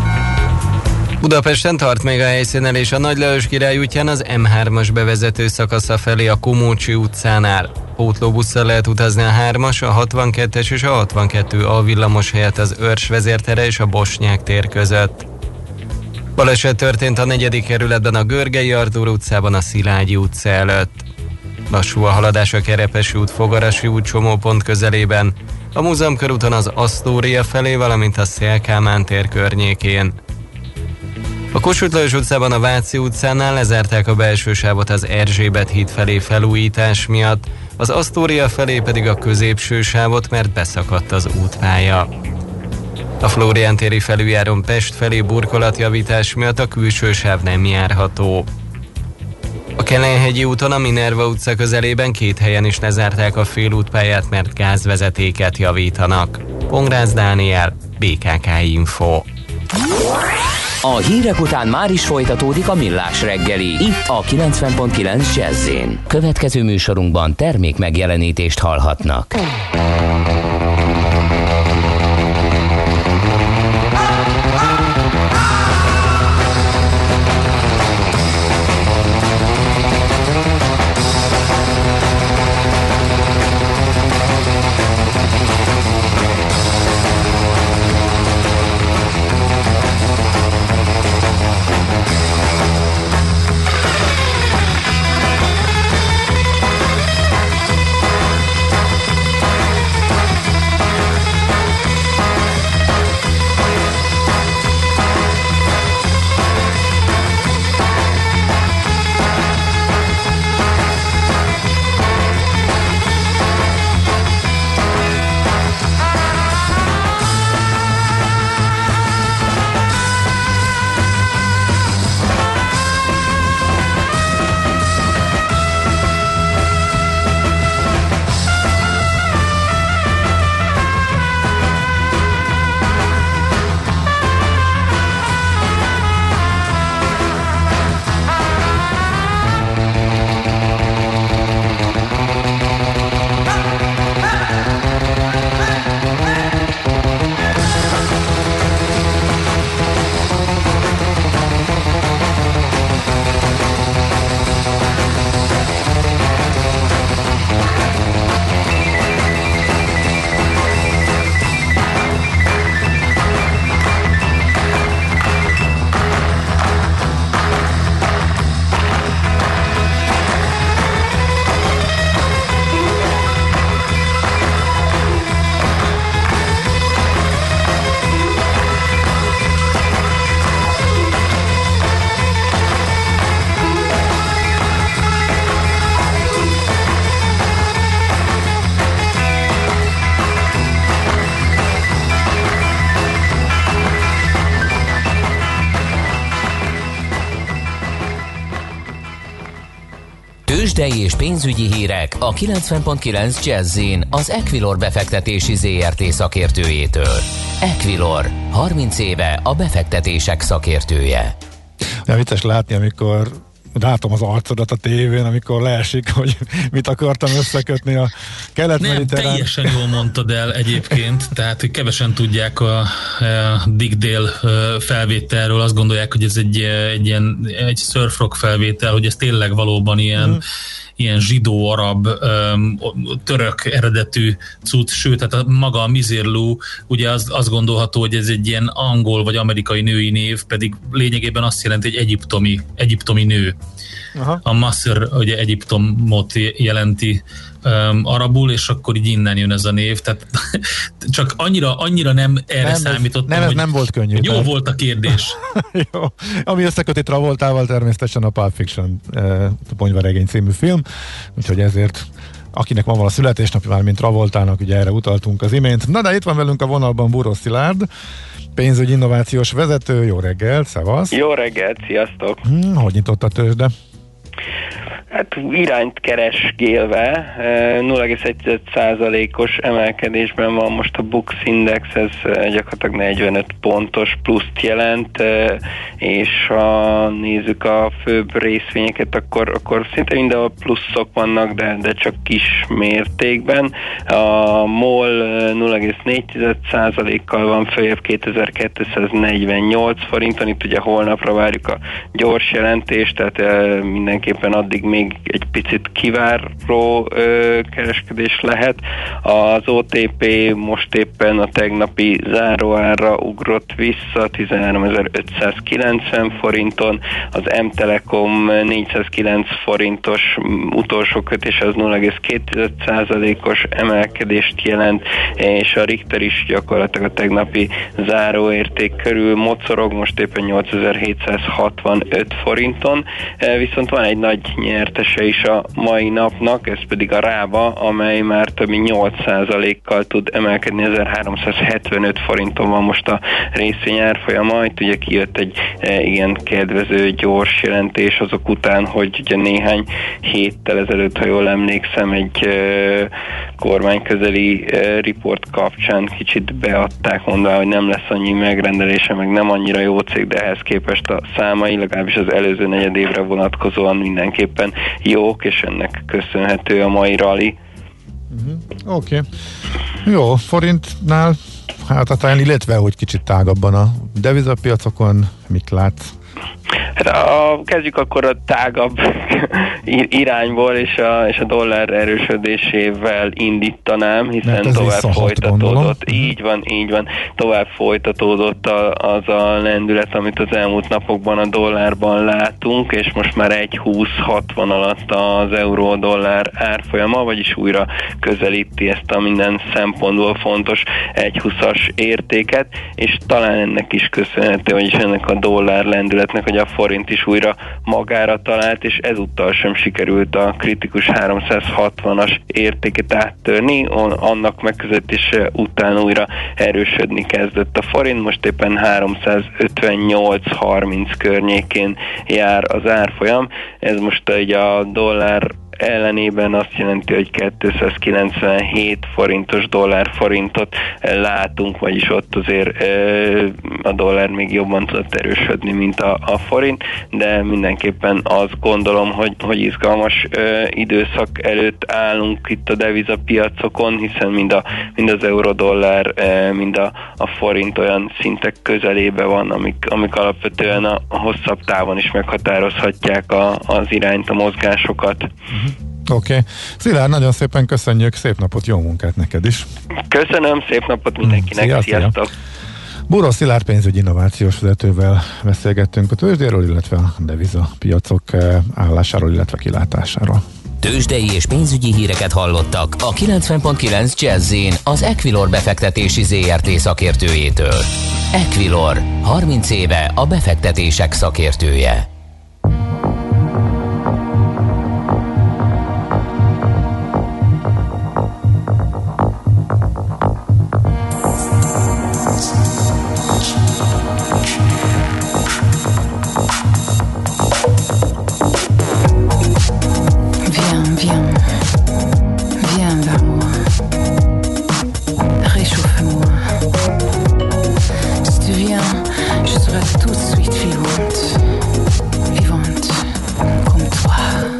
Budapesten tart még a helyszínelés a Nagy Lajos Király útján az M3-as bevezető szakasza felé a Komócsi utcánál. Pótlóbusszal lehet utazni a 3-as, a 62-es és a 62A villamos helyett az Örs vezértere és a Bosnyák tér között. Baleset történt a 4. kerületben a Görgei Artúr utcában a Szilágyi utca előtt. Lassú a haladás a Kerepesi út Fogarasi út csomópont közelében, a Múzeum körúton az Asztória felé, valamint a Széll Kálmán tér környékén. A Kossuth Lajos utcában a Váci utcánál lezárták a belső sávot az Erzsébet híd felé felújítás miatt, az Asztória felé pedig a középső sávot, mert beszakadt az útpálya. A Flórián téri felüljáron Pest felé burkolatjavítás miatt a külső sáv nem járható. A Kelenhegyi úton a Minerva utca közelében 2 helyen is lezárták a félútpályát, mert gázvezetéket javítanak. Pongrácz Dániel, BKK Info. A hírek után már is folytatódik a Millás reggeli, itt a 90.9 Jazz-in. Következő műsorunkban termék megjelenítést hallhatnak. Tőzsdei és pénzügyi hírek a 90.9 Jazz-in az Equilor befektetési ZRT szakértőjétől. Equilor, 30 éve a befektetések szakértője. Olyan vicces látni, amikor látom az arcodat a tévén, amikor leesik, hogy mit akartam összekötni a kelet-mediterrán. Nem, teljesen jól mondtad el egyébként, tehát hogy kevesen tudják a Dick Dale felvételről, azt gondolják, hogy ez egy surf rock felvétel, hogy ez tényleg valóban ilyen zsidó-arab, török eredetű cucc, sőt, tehát maga a Mizirlú, ugye azt gondolható, hogy ez egy ilyen angol vagy amerikai női név, pedig lényegében azt jelenti, hogy egyiptomi nő. Aha. A Masr ugye Egyiptomot jelenti arabul, és akkor így innen jön ez a név, tehát csak annyira nem erre számítottam, ez nem volt könnyű. Jó volt a kérdés. Jó. Ami összeköti Travoltával természetesen a Pulp Fiction Ponyvaregény című film, úgyhogy ezért akinek van vala születésnapja már, mint Travoltának, ugye erre utaltunk az imént. Na de itt van velünk a vonalban Búró Szilárd, pénzügyi innovációs vezető. Jó reggelt, szevasz! Jó reggelt, sziasztok! Hogy nyitott a tőzsde? Hát irányt keresgélve 0,1%-os emelkedésben van most a Bux Index, ez gyakorlatilag 45 pontos pluszt jelent, és ha nézzük a főbb részvényeket, akkor szinte mindenhol pluszok vannak, de csak kis mértékben. A MOL 0,4%-kal van följebb 2248 forinton, itt ugye holnapra várjuk a gyors jelentést, tehát mindenképpen addig még egy picit kiváró kereskedés lehet. Az OTP most éppen a tegnapi záróárra ugrott vissza 13.590 forinton, az M-Telekom 409 forintos utolsó kötés, az 0,2%-os emelkedést jelent, és a Richter is gyakorlatilag a tegnapi záróérték körül mocorog, most éppen 8765 forinton, viszont van egy nagy nyertese is a mai napnak, ez pedig a Rába, amely már több mint 8%-kal tud emelkedni, 1375 forinton van most a részvény árfolyama. Itt ugye kijött egy ilyen kedvező gyors jelentés azok után, hogy ugye néhány héttel ezelőtt, ha jól emlékszem, egy kormányközeli report kapcsán kicsit beadták, mondva, hogy nem lesz annyi megrendelése, meg nem annyira jó cég, de ehhez képest a számai, legalábbis az előző negyedévre vonatkozóan mindenképpen jók, és ennek köszönhető a mai rally. Oké. Jó, forintnál talán, illetve hogy kicsit tágabban a devizapiacokon mit látsz? Kezdjük akkor a tágabb irányból, és a dollár erősödésével indítanám, hiszen tovább folytatódott. Így van, tovább folytatódott az a lendület, amit az elmúlt napokban a dollárban látunk, és most már 1,2060 alatt az euró-dollár árfolyama, vagyis újra közelíti ezt a minden szempontból fontos 1,20-as értéket, és talán ennek is köszönhető, vagyis ennek a dollár lendületnek, hogy a forint is újra magára talált, és ezúttal sem sikerült a kritikus 360-as értéket áttörni, annak megközelítése után újra erősödni kezdett a forint, most éppen 358-30 környékén jár az árfolyam, ez most így a dollár ellenében azt jelenti, hogy 297 forintos dollár-forintot látunk, vagyis ott azért a dollár még jobban tudott erősödni, mint a forint, de mindenképpen azt gondolom, hogy izgalmas időszak előtt állunk itt a devizapiacokon, hiszen mind az euró-dollár, mind a forint olyan szintek közelébe van, amik alapvetően a hosszabb távon is meghatározhatják az irányt, a mozgásokat. Oké. Szilárd, nagyon szépen köszönjük, szép napot, jó munkát neked is. Köszönöm, szép napot mindenkinek, sziasztok! Búró Szilárd pénzügyi innovációs vezetővel beszélgettünk a tőzsdéről, illetve a devizapiacok állásáról, illetve kilátásáról. Tőzsdei és pénzügyi híreket hallottak a 90.9 Jazz-in az Equilor befektetési ZRT szakértőjétől. Equilor, 30 éve a befektetések szakértője. tout de suite vivante comme toi.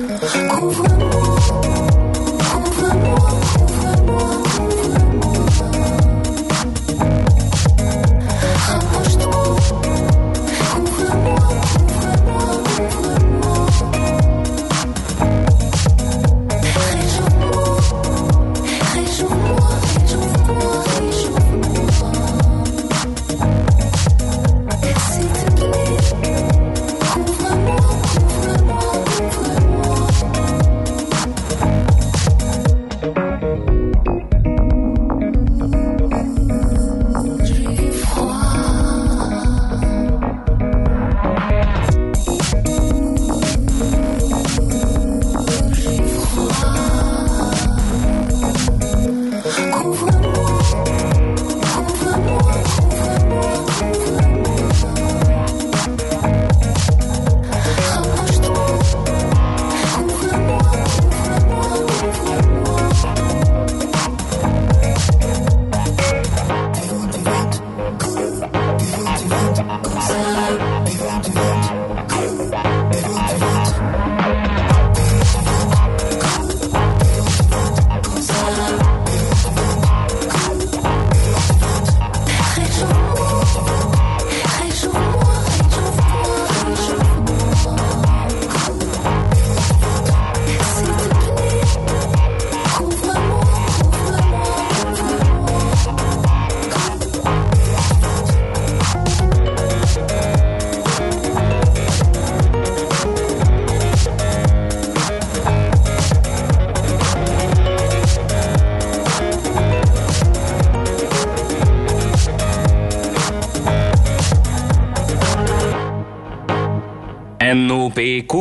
NOPQ,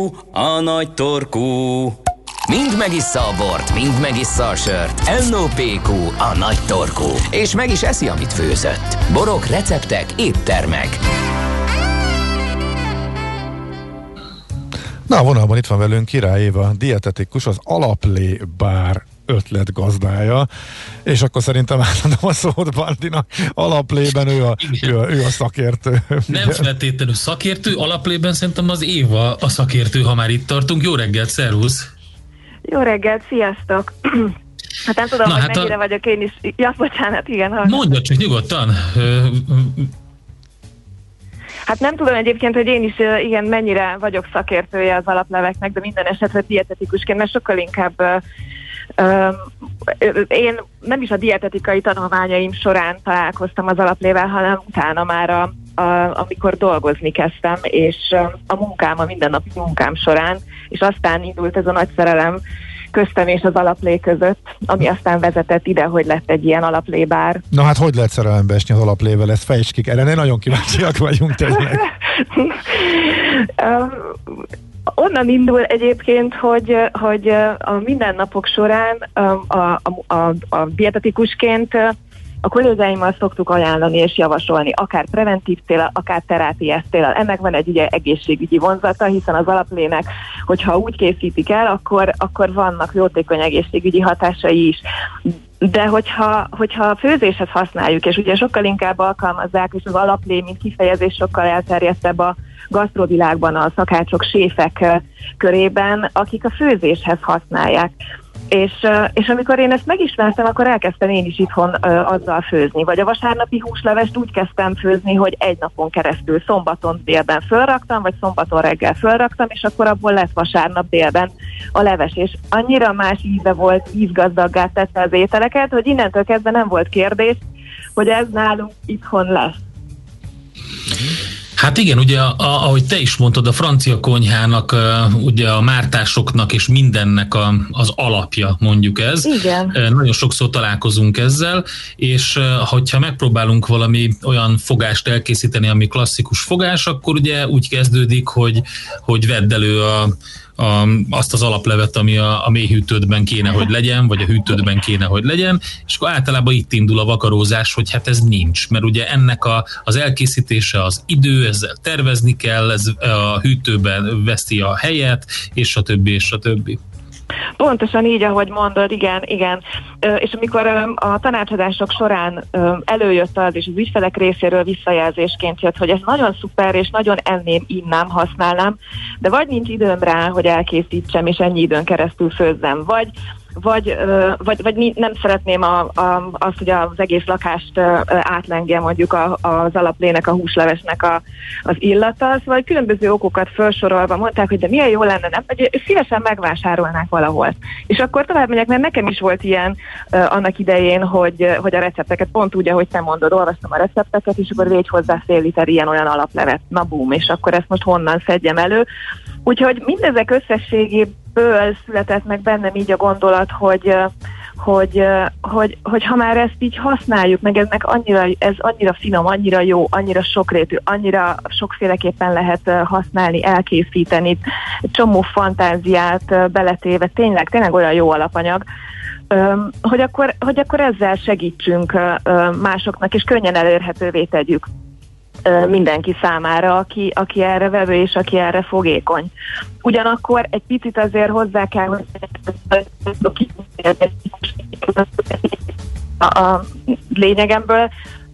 a nagy torkú. Mind megissza a bort, mind megissza a sört. NOPQ, a nagy torkú. És meg is eszi, amit főzött. Borok, receptek, éttermek. Na, a vonalban itt van velünk Király Éva, dietetikus, az Alaplé Bár ötletgazdája, és akkor szerintem átadom a szót Bandinak. Alaplében ő a szakértő. Nem feltétlenül szakértő, Alaplében szerintem az Éva a szakértő, ha már itt tartunk. Jó reggelt, szervusz! Jó reggelt, sziasztok! Hát nem tudom, hogy mennyire vagyok én is. Ja, bocsánat, igen. Mondja csak nyugodtan. Hát nem tudom egyébként, hogy én is igen, mennyire vagyok szakértője az alapleveknek, de minden esetre dietetikusként, mert sokkal inkább én nem is a dietetikai tanulmányaim során találkoztam az alaplével, hanem utána már amikor dolgozni kezdtem, és a mindennapi munkám során, és aztán indult ez a nagy szerelem köztem és az alaplé között, ami aztán vezetett ide, hogy lett egy ilyen alaplébár. Na hát hogy lehet szerelembe esni az alaplével? Ezt fejtsd ki, erre nagyon kíváncsiak vagyunk tényleg. Onnan indul egyébként, hogy a mindennapok során a dietetikusként a kollégáimmal szoktuk ajánlani és javasolni, akár preventív cél, akár terápiás cél. Ennek van egy ugye egészségügyi vonzata, hiszen az alaplének, hogyha úgy készítik el, akkor vannak jótékony egészségügyi hatásai is. De hogyha a főzéshez használjuk, és ugye sokkal inkább alkalmazzák, és az alaplé, mint kifejezés sokkal elterjedtebb a gasztrovilágban, a szakácsok, séfek körében, akik a főzéshez használják. És amikor én ezt megismertem, akkor elkezdtem én is itthon azzal főzni. Vagy a vasárnapi húslevest úgy kezdtem főzni, hogy egy napon keresztül szombaton délben fölraktam, vagy szombaton reggel fölraktam, és akkor abból lett vasárnap délben a leves. És annyira más íze volt, ízgazdaggá tette az ételeket, hogy innentől kezdve nem volt kérdés, hogy ez nálunk itthon lesz. Hát igen, ugye ahogy te is mondtad, a francia konyhának, ugye a mártásoknak és mindennek az alapja, mondjuk ez. Igen. Nagyon sokszor találkozunk ezzel, és hogyha megpróbálunk valami olyan fogást elkészíteni, ami klasszikus fogás, akkor ugye úgy kezdődik, hogy vedd elő azt az alaplevet, ami a mélyhűtődben kéne, hogy legyen, vagy a hűtődben kéne, hogy legyen, és akkor általában itt indul a vakarózás, hogy hát ez nincs, mert ugye ennek az elkészítése az idő, ezzel tervezni kell, ez a hűtőben veszi a helyet, és a többi, és a többi. Pontosan így, ahogy mondod, igen. És amikor a tanácsadások során előjött az, és az ügyfelek részéről visszajelzésként jött, hogy ez nagyon szuper, és nagyon enném, innám, használnám, de vagy nincs időm rá, hogy elkészítsem, és ennyi időn keresztül főzzem, vagy nem szeretném azt, hogy az egész lakást átlengje mondjuk az alaplének, a húslevesnek az illata, vagy különböző okokat felsorolva mondták, hogy de milyen jó lenne, nem? Hogy szívesen megvásárolnák valahol. És akkor tovább megyek, mert nekem is volt ilyen annak idején, hogy a recepteket, pont úgy, ahogy te mondod, olvastam a recepteket, és akkor végy hozzá fél liter ilyen-olyan alaplevet. Na bum, és akkor ezt most honnan szedjem elő. Úgyhogy mindezek összességéből született meg bennem így a gondolat, hogy ha már ezt így használjuk, meg ez annyira finom, annyira jó, annyira sokrétű, annyira sokféleképpen lehet használni, elkészíteni, csomó fantáziát beletéve, tényleg olyan jó alapanyag, hogy akkor ezzel segítsünk másoknak, és könnyen elérhetővé tegyük mindenki számára, aki erre vevő és aki erre fogékony. Ugyanakkor egy picit azért hozzá kell, hogy a lényegemből,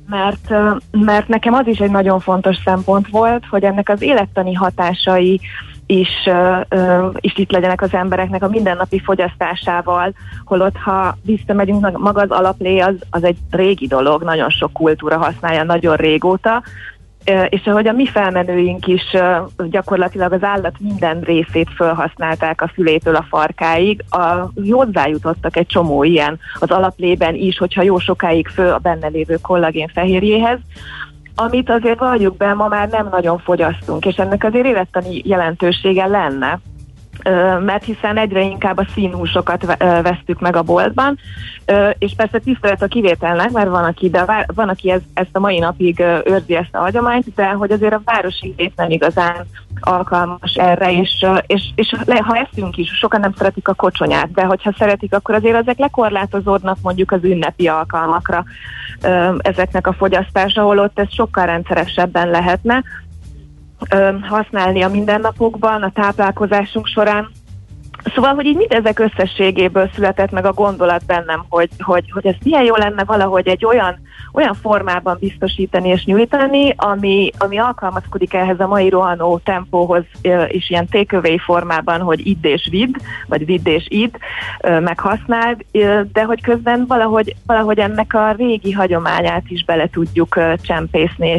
mert nekem az is egy nagyon fontos szempont volt, hogy ennek az élettani hatásai is itt legyenek az embereknek a mindennapi fogyasztásával, holott ha visszamegyünk, maga az alaplé az egy régi dolog, nagyon sok kultúra használja nagyon régóta, és ahogy a mi felmenőink is gyakorlatilag az állat minden részét felhasználták a fülétől a farkáig, hozzájutottak egy csomó ilyen az alaplében is, hogyha jó sokáig föl a benne lévő kollagén fehérjéhez, amit azért valljuk be, ma már nem nagyon fogyasztunk, és ennek azért élettani jelentősége lenne, mert hiszen egyre inkább a színhúsokat vesztük meg a boltban, és persze tisztelet a kivételnek, mert van, aki ezt a mai napig őrzi ezt a hagyományt, de hogy azért a városi lét nem igazán alkalmas erre, és ha eszünk is, sokan nem szeretik a kocsonyát, de hogyha szeretik, akkor azért ezek lekorlátozódnak mondjuk az ünnepi alkalmakra ezeknek a fogyasztása, holott ez sokkal rendszeresebben lehetne használni a mindennapokban, a táplálkozásunk során. Szóval, hogy így mindezek összességéből született meg a gondolat bennem, hogy ez milyen jó lenne valahogy egy olyan formában biztosítani és nyújtani, ami alkalmazkodik ehhez a mai rohanó tempóhoz, és ilyen takeaway formában, hogy idd és vidd, vagy vidd és idd, meg használd, de hogy közben valahogy ennek a régi hagyományát is bele tudjuk csempészni,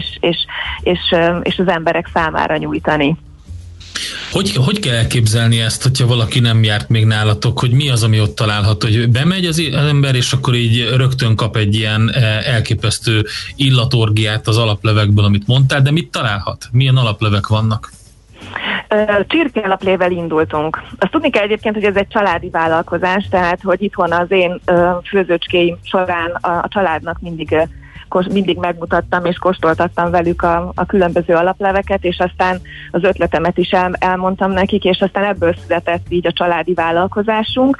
és az emberek számára nyújtani. Hogy kell elképzelni ezt, hogyha valaki nem járt még nálatok, hogy mi az, ami ott található, hogy bemegy az ember, és akkor így rögtön kap egy ilyen elképesztő illatorgiát az alaplevekből, amit mondtál, de mit találhat? Milyen alaplevek vannak? Csirkealaplével indultunk. Azt tudni kell egyébként, hogy ez egy családi vállalkozás, tehát hogy itthon az én főzőcskéim során a családnak mindig megmutattam és kóstoltattam velük a különböző alapleveket, és aztán az ötletemet is elmondtam nekik, és aztán ebből született így a családi vállalkozásunk.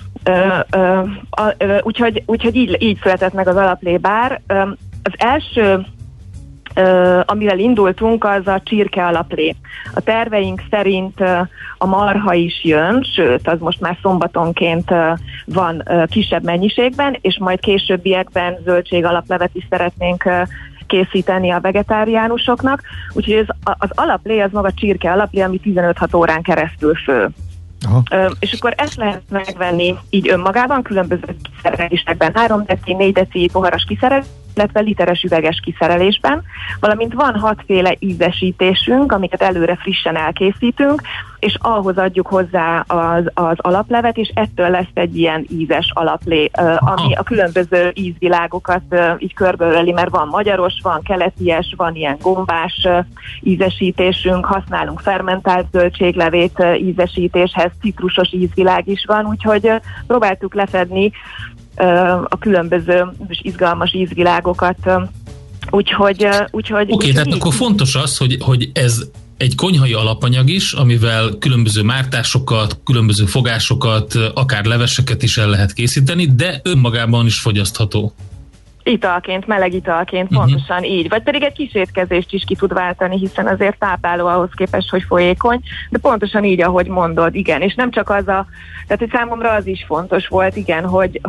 Úgyhogy így született meg az alaplébár. Az első, amivel indultunk, az a csirke alaplé. A terveink szerint a marha is jön, sőt, az most már szombatonként van kisebb mennyiségben, és majd későbbiekben zöldség alaplevet is szeretnénk készíteni a vegetáriánusoknak. Úgyhogy az alaplé, az maga csirke alaplé, ami 15-6 órán keresztül fő. És akkor ezt lehet megvenni így önmagában, különböző kiszerelésekben, 3 deci, 4 deci poharas kiszerelés, illetve literes üveges kiszerelésben, valamint van 6 féle ízesítésünk, amiket előre frissen elkészítünk, és ahhoz adjuk hozzá az alaplevet, és ettől lesz egy ilyen ízes alaplé, ami a különböző ízvilágokat így körbeöleli, mert van magyaros, van keleties, van ilyen gombás ízesítésünk, használunk fermentált zöldséglevét ízesítéshez, citrusos ízvilág is van, úgyhogy próbáltuk lefedni a különböző izgalmas ízvilágokat. Úgyhogy tehát akkor fontos az, hogy ez egy konyhai alapanyag is, amivel különböző mártásokat, különböző fogásokat, akár leveseket is el lehet készíteni, de önmagában is fogyasztható. Italként, meleg italként, pontosan így. Vagy pedig egy kis étkezést is ki tud váltani, hiszen azért tápláló ahhoz képest, hogy folyékony, de pontosan így, ahogy mondod, igen. És nem csak az tehát hogy számomra az is fontos volt, igen,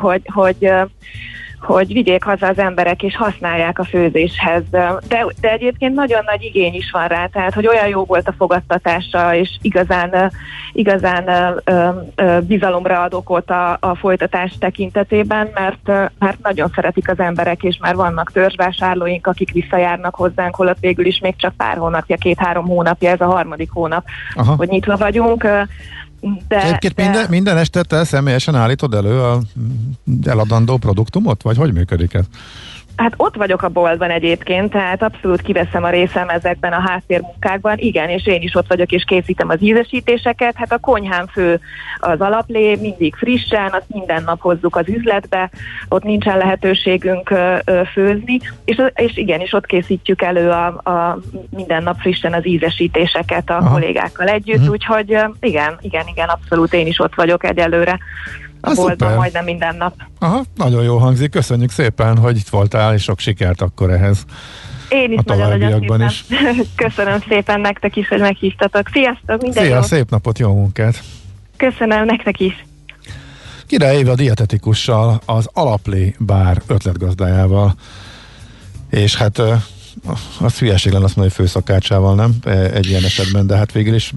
hogy vigyék haza az emberek és használják a főzéshez. De egyébként nagyon nagy igény is van rá, tehát hogy olyan jó volt a fogadtatása, és igazán bizalomra ad okot a folytatás tekintetében, mert nagyon szeretik az emberek, és már vannak törzsvásárlóink, akik visszajárnak hozzánk, holott végül is még csak pár hónapja, 2-3 hónapja, ez a 3. hónap, hogy nyitva vagyunk. Egyébként minden este te személyesen állítod elő a eladandó produktumot? Vagy hogy működik ez? Hát ott vagyok a boltban egyébként, tehát abszolút kiveszem a részem ezekben a háttérmunkákban, igen, és én is ott vagyok, és készítem az ízesítéseket, hát a konyhán fő az alaplé, mindig frissen, azt minden nap hozzuk az üzletbe, ott nincsen lehetőségünk főzni, és igen, és ott készítjük elő a minden nap frissen az ízesítéseket a kollégákkal együtt, úgyhogy igen, abszolút én is ott vagyok egyelőre. A boltban majdnem minden nap. Aha, nagyon jó hangzik, köszönjük szépen, hogy itt voltál, és sok sikert akkor ehhez. Én is nagyon szépen. Is. Köszönöm szépen nektek is, hogy meghívtatok. Sziasztok, minden jót! Szép napot, jó munkát! Köszönöm, nektek is! Király Éva dietetikussal, az Alaplé bár ötletgazdájával, és hát az hülyeség lenne azt mondani, hogy főszakácsával, nem? Egy ilyen esetben, de hát végül is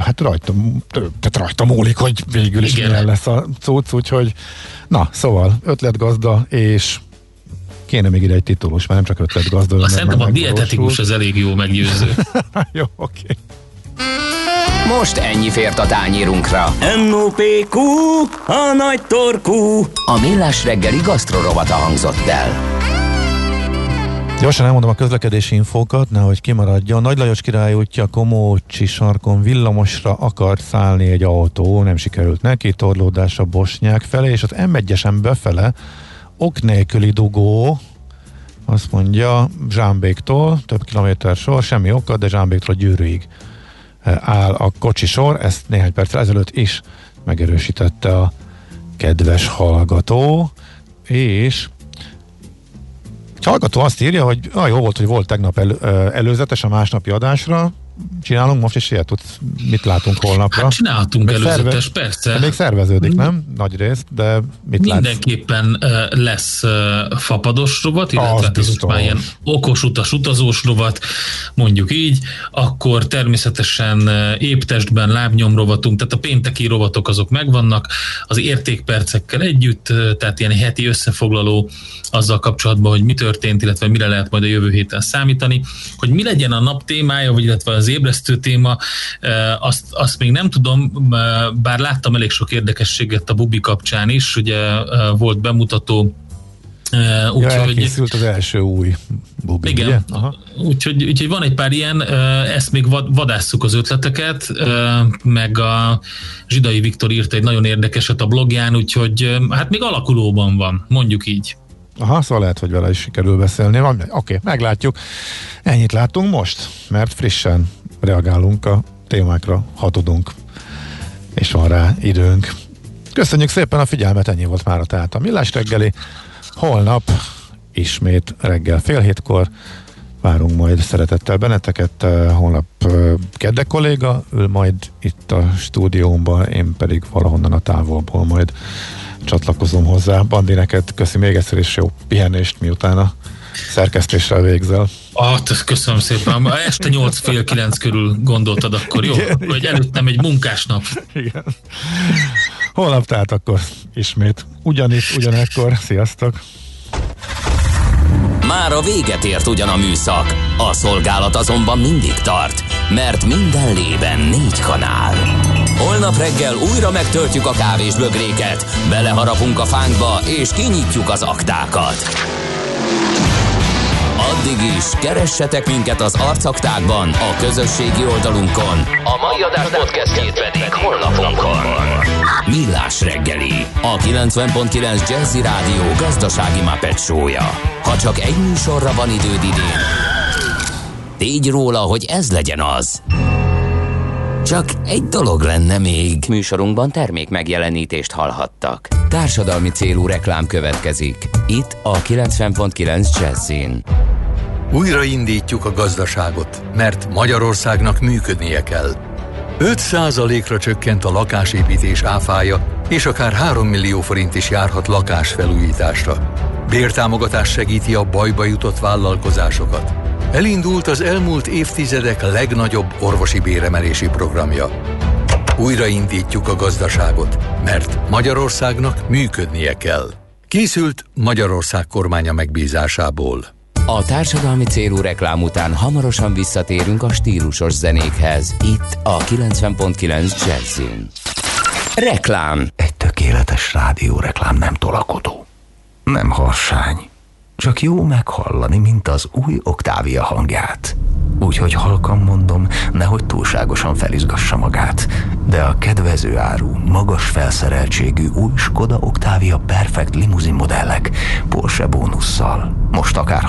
rajta múlik, hogy végül is milyen lesz a cucc, úgyhogy szóval ötletgazda, és kéne még ide egy titulus, mert nem csak ötletgazda. Szerintem a dietetikus az elég jó meggyőző. Jó, oké. Most ennyi fért a tányérunkra. M.O.P.Q. a nagy torkú. A Millás reggeli gasztrorovata hangzott el. Gyorsan elmondom a közlekedési infókat, nehogy kimaradjon. Nagy Lajos Király útja Komócsi sarkon villamosra akart szállni egy autó, nem sikerült neki, torlódás a Bosnyák felé, és az M1-esen befele ok nélküli dugó, azt mondja, Zsámbéktól, több kilométer sor, semmi oka, de Zsámbéktól Győrűig áll a kocsisor, ezt néhány perccel ezelőtt is megerősítette a kedves hallgató, és hallgató azt írja, hogy jó volt, hogy volt tegnap előzetes a másnapi adásra. Csinálunk most is ilyet, tudsz, mit látunk holnapra? Hát csinálhatunk előzetes, persze. Még szerveződik, nem? Nagy részt, de mit mindenképpen lesz fapados rovat, illetve ez most már ilyen okos utas utazós rovat, mondjuk így, akkor természetesen éptestben lábnyomrovatunk, tehát a pénteki rovatok azok megvannak, az értékpercekkel együtt, tehát ilyen heti összefoglaló azzal kapcsolatban, hogy mi történt, illetve mire lehet majd a jövő héten számítani, hogy mi legyen a nap témája, vagy illetve az ébresztő téma, azt még nem tudom, bár láttam elég sok érdekességet a Bubi kapcsán is, ugye volt bemutató, elkészült az első új Bubi, igen, ugye? Aha. Úgyhogy van egy pár ilyen, ezt még vadásszuk az ötleteket, meg a Zsidai Viktor írt egy nagyon érdekeset a blogján, úgyhogy hát még alakulóban van, mondjuk így. Aha, szóval lehet, hogy vele is sikerül beszélni. Oké, meglátjuk. Ennyit látunk most, mert frissen reagálunk a témákra, ha tudunk, és van rá időnk. Köszönjük szépen a figyelmet, ennyi volt már tehát a Millás reggeli. Holnap ismét reggel 6:30 várunk majd szeretettel benneteket. Holnap Kedde kolléga ül majd itt a stúdiómban, én pedig valahonnan a távolból majd csatlakozom hozzá. Bandi, neked köszi még egyszer, és jó pihenést, miután a szerkesztéssel végzel. Köszönöm szépen. Este 8:30 körül gondoltad, akkor jó? Vagy előttem egy munkásnap. Igen. Holnap tehát akkor ismét ugyanitt, ugyanekkor. Sziasztok! Már a véget ért ugyan a műszak, a szolgálat azonban mindig tart, mert minden lében 4 kanál. Holnap reggel újra megtöltjük a kávésbögréket, beleharapunk a fánkba és kinyitjuk az aktákat. Addig is keressetek minket az arcaktákban, a közösségi oldalunkon, a mai adás podcastjét pedig honlapunkon. Millás reggeli, a 90.9 Jazzy Rádió gazdasági Muppet show-ja. Ha csak egy műsorra van időd idén, tégy róla, hogy ez legyen az. Csak egy dolog lenne még. Műsorunkban termék megjelenítést hallhattak. Társadalmi célú reklám következik. Itt a 90.9 Jazzin. Újraindítjuk a gazdaságot, mert Magyarországnak működnie kell. 5%-ra csökkent a lakásépítés áfája, és akár 3 millió forint is járhat lakásfelújításra. Bértámogatás segíti a bajba jutott vállalkozásokat. Elindult az elmúlt évtizedek legnagyobb orvosi béremelési programja. Újraindítjuk a gazdaságot, mert Magyarországnak működnie kell. Készült Magyarország kormánya megbízásából. A társadalmi célú reklám után hamarosan visszatérünk a stílusos zenékhez. Itt a 90.9 Jazzin. Reklám. Egy tökéletes rádióreklám nem tolakodó, nem harsány. Csak jó meghallani, mint az új Octavia hangját. Úgyhogy halkan mondom, nehogy túlságosan felizgassa magát. De a kedvező áru, magas felszereltségű új Skoda Octavia Perfect limuzin modellek Porsche bónusszal most akár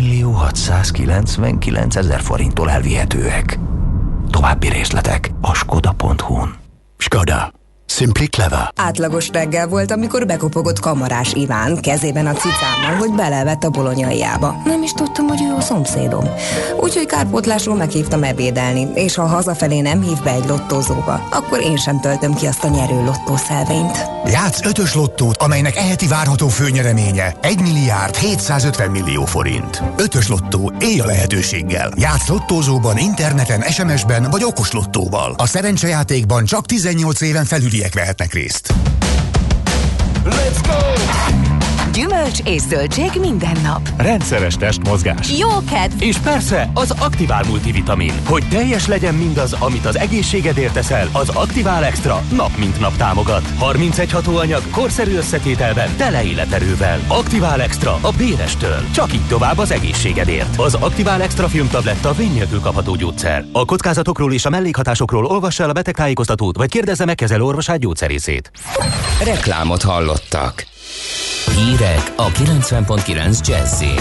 6.699.000 forinttól elvihetőek. További részletek a skoda.hu-n. Skoda. Simply clever. Átlagos reggel volt, amikor bekopogott Kamarás Iván kezében a cicámmal, hogy belevett a bolonyaiába. Nem is tudtam, hogy ő a szomszédom. Úgyhogy kárpótlásról meghívtam ebédelni, és ha hazafelé nem hív be egy lottózóba, akkor én sem töltöm ki azt a nyerő lottószelvényt. Játsz 5-ös lottót, amelynek eheti várható főnyereménye 1.750.000.000 forint. 5-ös lottó, élj a lehetőséggel. Játsz lottózóban, interneten, SMS-ben vagy okos lottóval. A szerencsejátékban csak 18 éven felüliek vehetnek részt. Let's go! Gyümölcs és zöldség minden nap. Rendszeres testmozgás. Jó kedv! És persze az Aktivál multivitamin. Hogy teljes legyen mindaz, amit az egészségedért teszel, az Aktivál Extra nap mint nap támogat. 31 hatóanyag, korszerű összetételben, tele életerővel. Aktivál Extra a Bérestől. Csak így tovább az egészségedért. Az Aktivál Extra filmtabletta vény nélkül kapható gyógyszer. A kockázatokról és a mellékhatásokról olvassa el a betegtájékoztatót, vagy kérdezze meg kezelőorvosát, gyógyszerészét. Reklámot hallottak. Hírek a 90.9 Jazzin.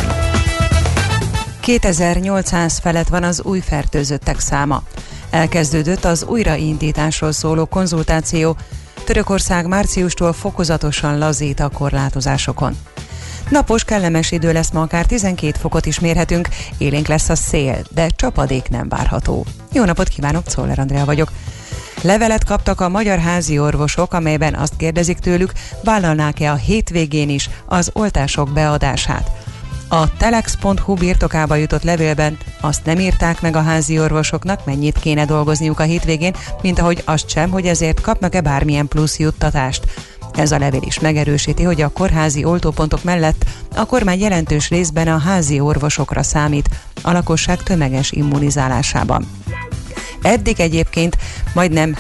2800 felett van az új fertőzöttek száma. Elkezdődött az újraindításról szóló konzultáció. Törökország márciustól fokozatosan lazít a korlátozásokon. Napos, kellemes idő lesz, ma akár 12 fokot is mérhetünk, élénk lesz a szél, de csapadék nem várható. Jó napot kívánok, Czoller Andrea vagyok. Levelet kaptak a magyar házi orvosok, amelyben azt kérdezik tőlük, vállalnák-e a hétvégén is az oltások beadását. A telex.hu birtokába jutott levélben azt nem írták meg a házi orvosoknak, mennyit kéne dolgozniuk a hétvégén, mint ahogy azt sem, hogy ezért kapnak-e bármilyen plusz juttatást. Ez a levél is megerősíti, hogy a kórházi oltópontok mellett a kormány jelentős részben a házi orvosokra számít a lakosság tömeges immunizálásában. Eddig egyébként majdnem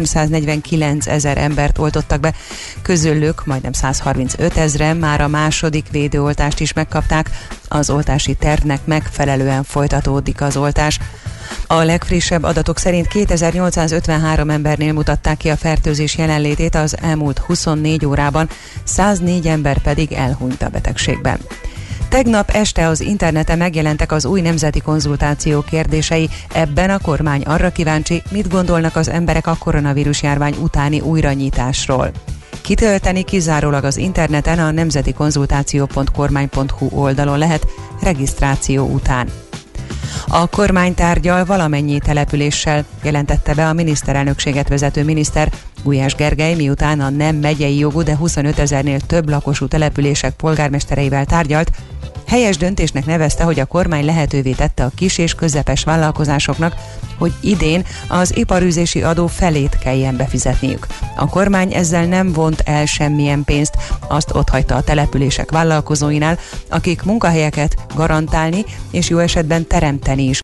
349 000 embert oltottak be, közülük majdnem 135 000 már a második védőoltást is megkapták, az oltási tervnek megfelelően folytatódik az oltás. A legfrissebb adatok szerint 2853 embernél mutatták ki a fertőzés jelenlétét az elmúlt 24 órában, 104 ember pedig elhunyt a betegségben. Tegnap este az interneten megjelentek az új nemzeti konzultáció kérdései. Ebben a kormány arra kíváncsi, mit gondolnak az emberek a koronavírus járvány utáni újranyitásról. Kitölteni kizárólag az interneten a nemzetikonzultáció.kormány.hu oldalon lehet regisztráció után. A kormány tárgyal valamennyi településsel, jelentette be a miniszterelnökséget vezető miniszter Gulyás Gergely, miután a nem megyei jogú, de 25 000-nél több lakosú települések polgármestereivel tárgyalt. Helyes döntésnek nevezte, hogy a kormány lehetővé tette a kis és közepes vállalkozásoknak, hogy idén az iparűzési adó felét kelljen befizetniük. A kormány ezzel nem vont el semmilyen pénzt, azt otthagyta a települések vállalkozóinál, akik munkahelyeket garantálni és jó esetben teremteni is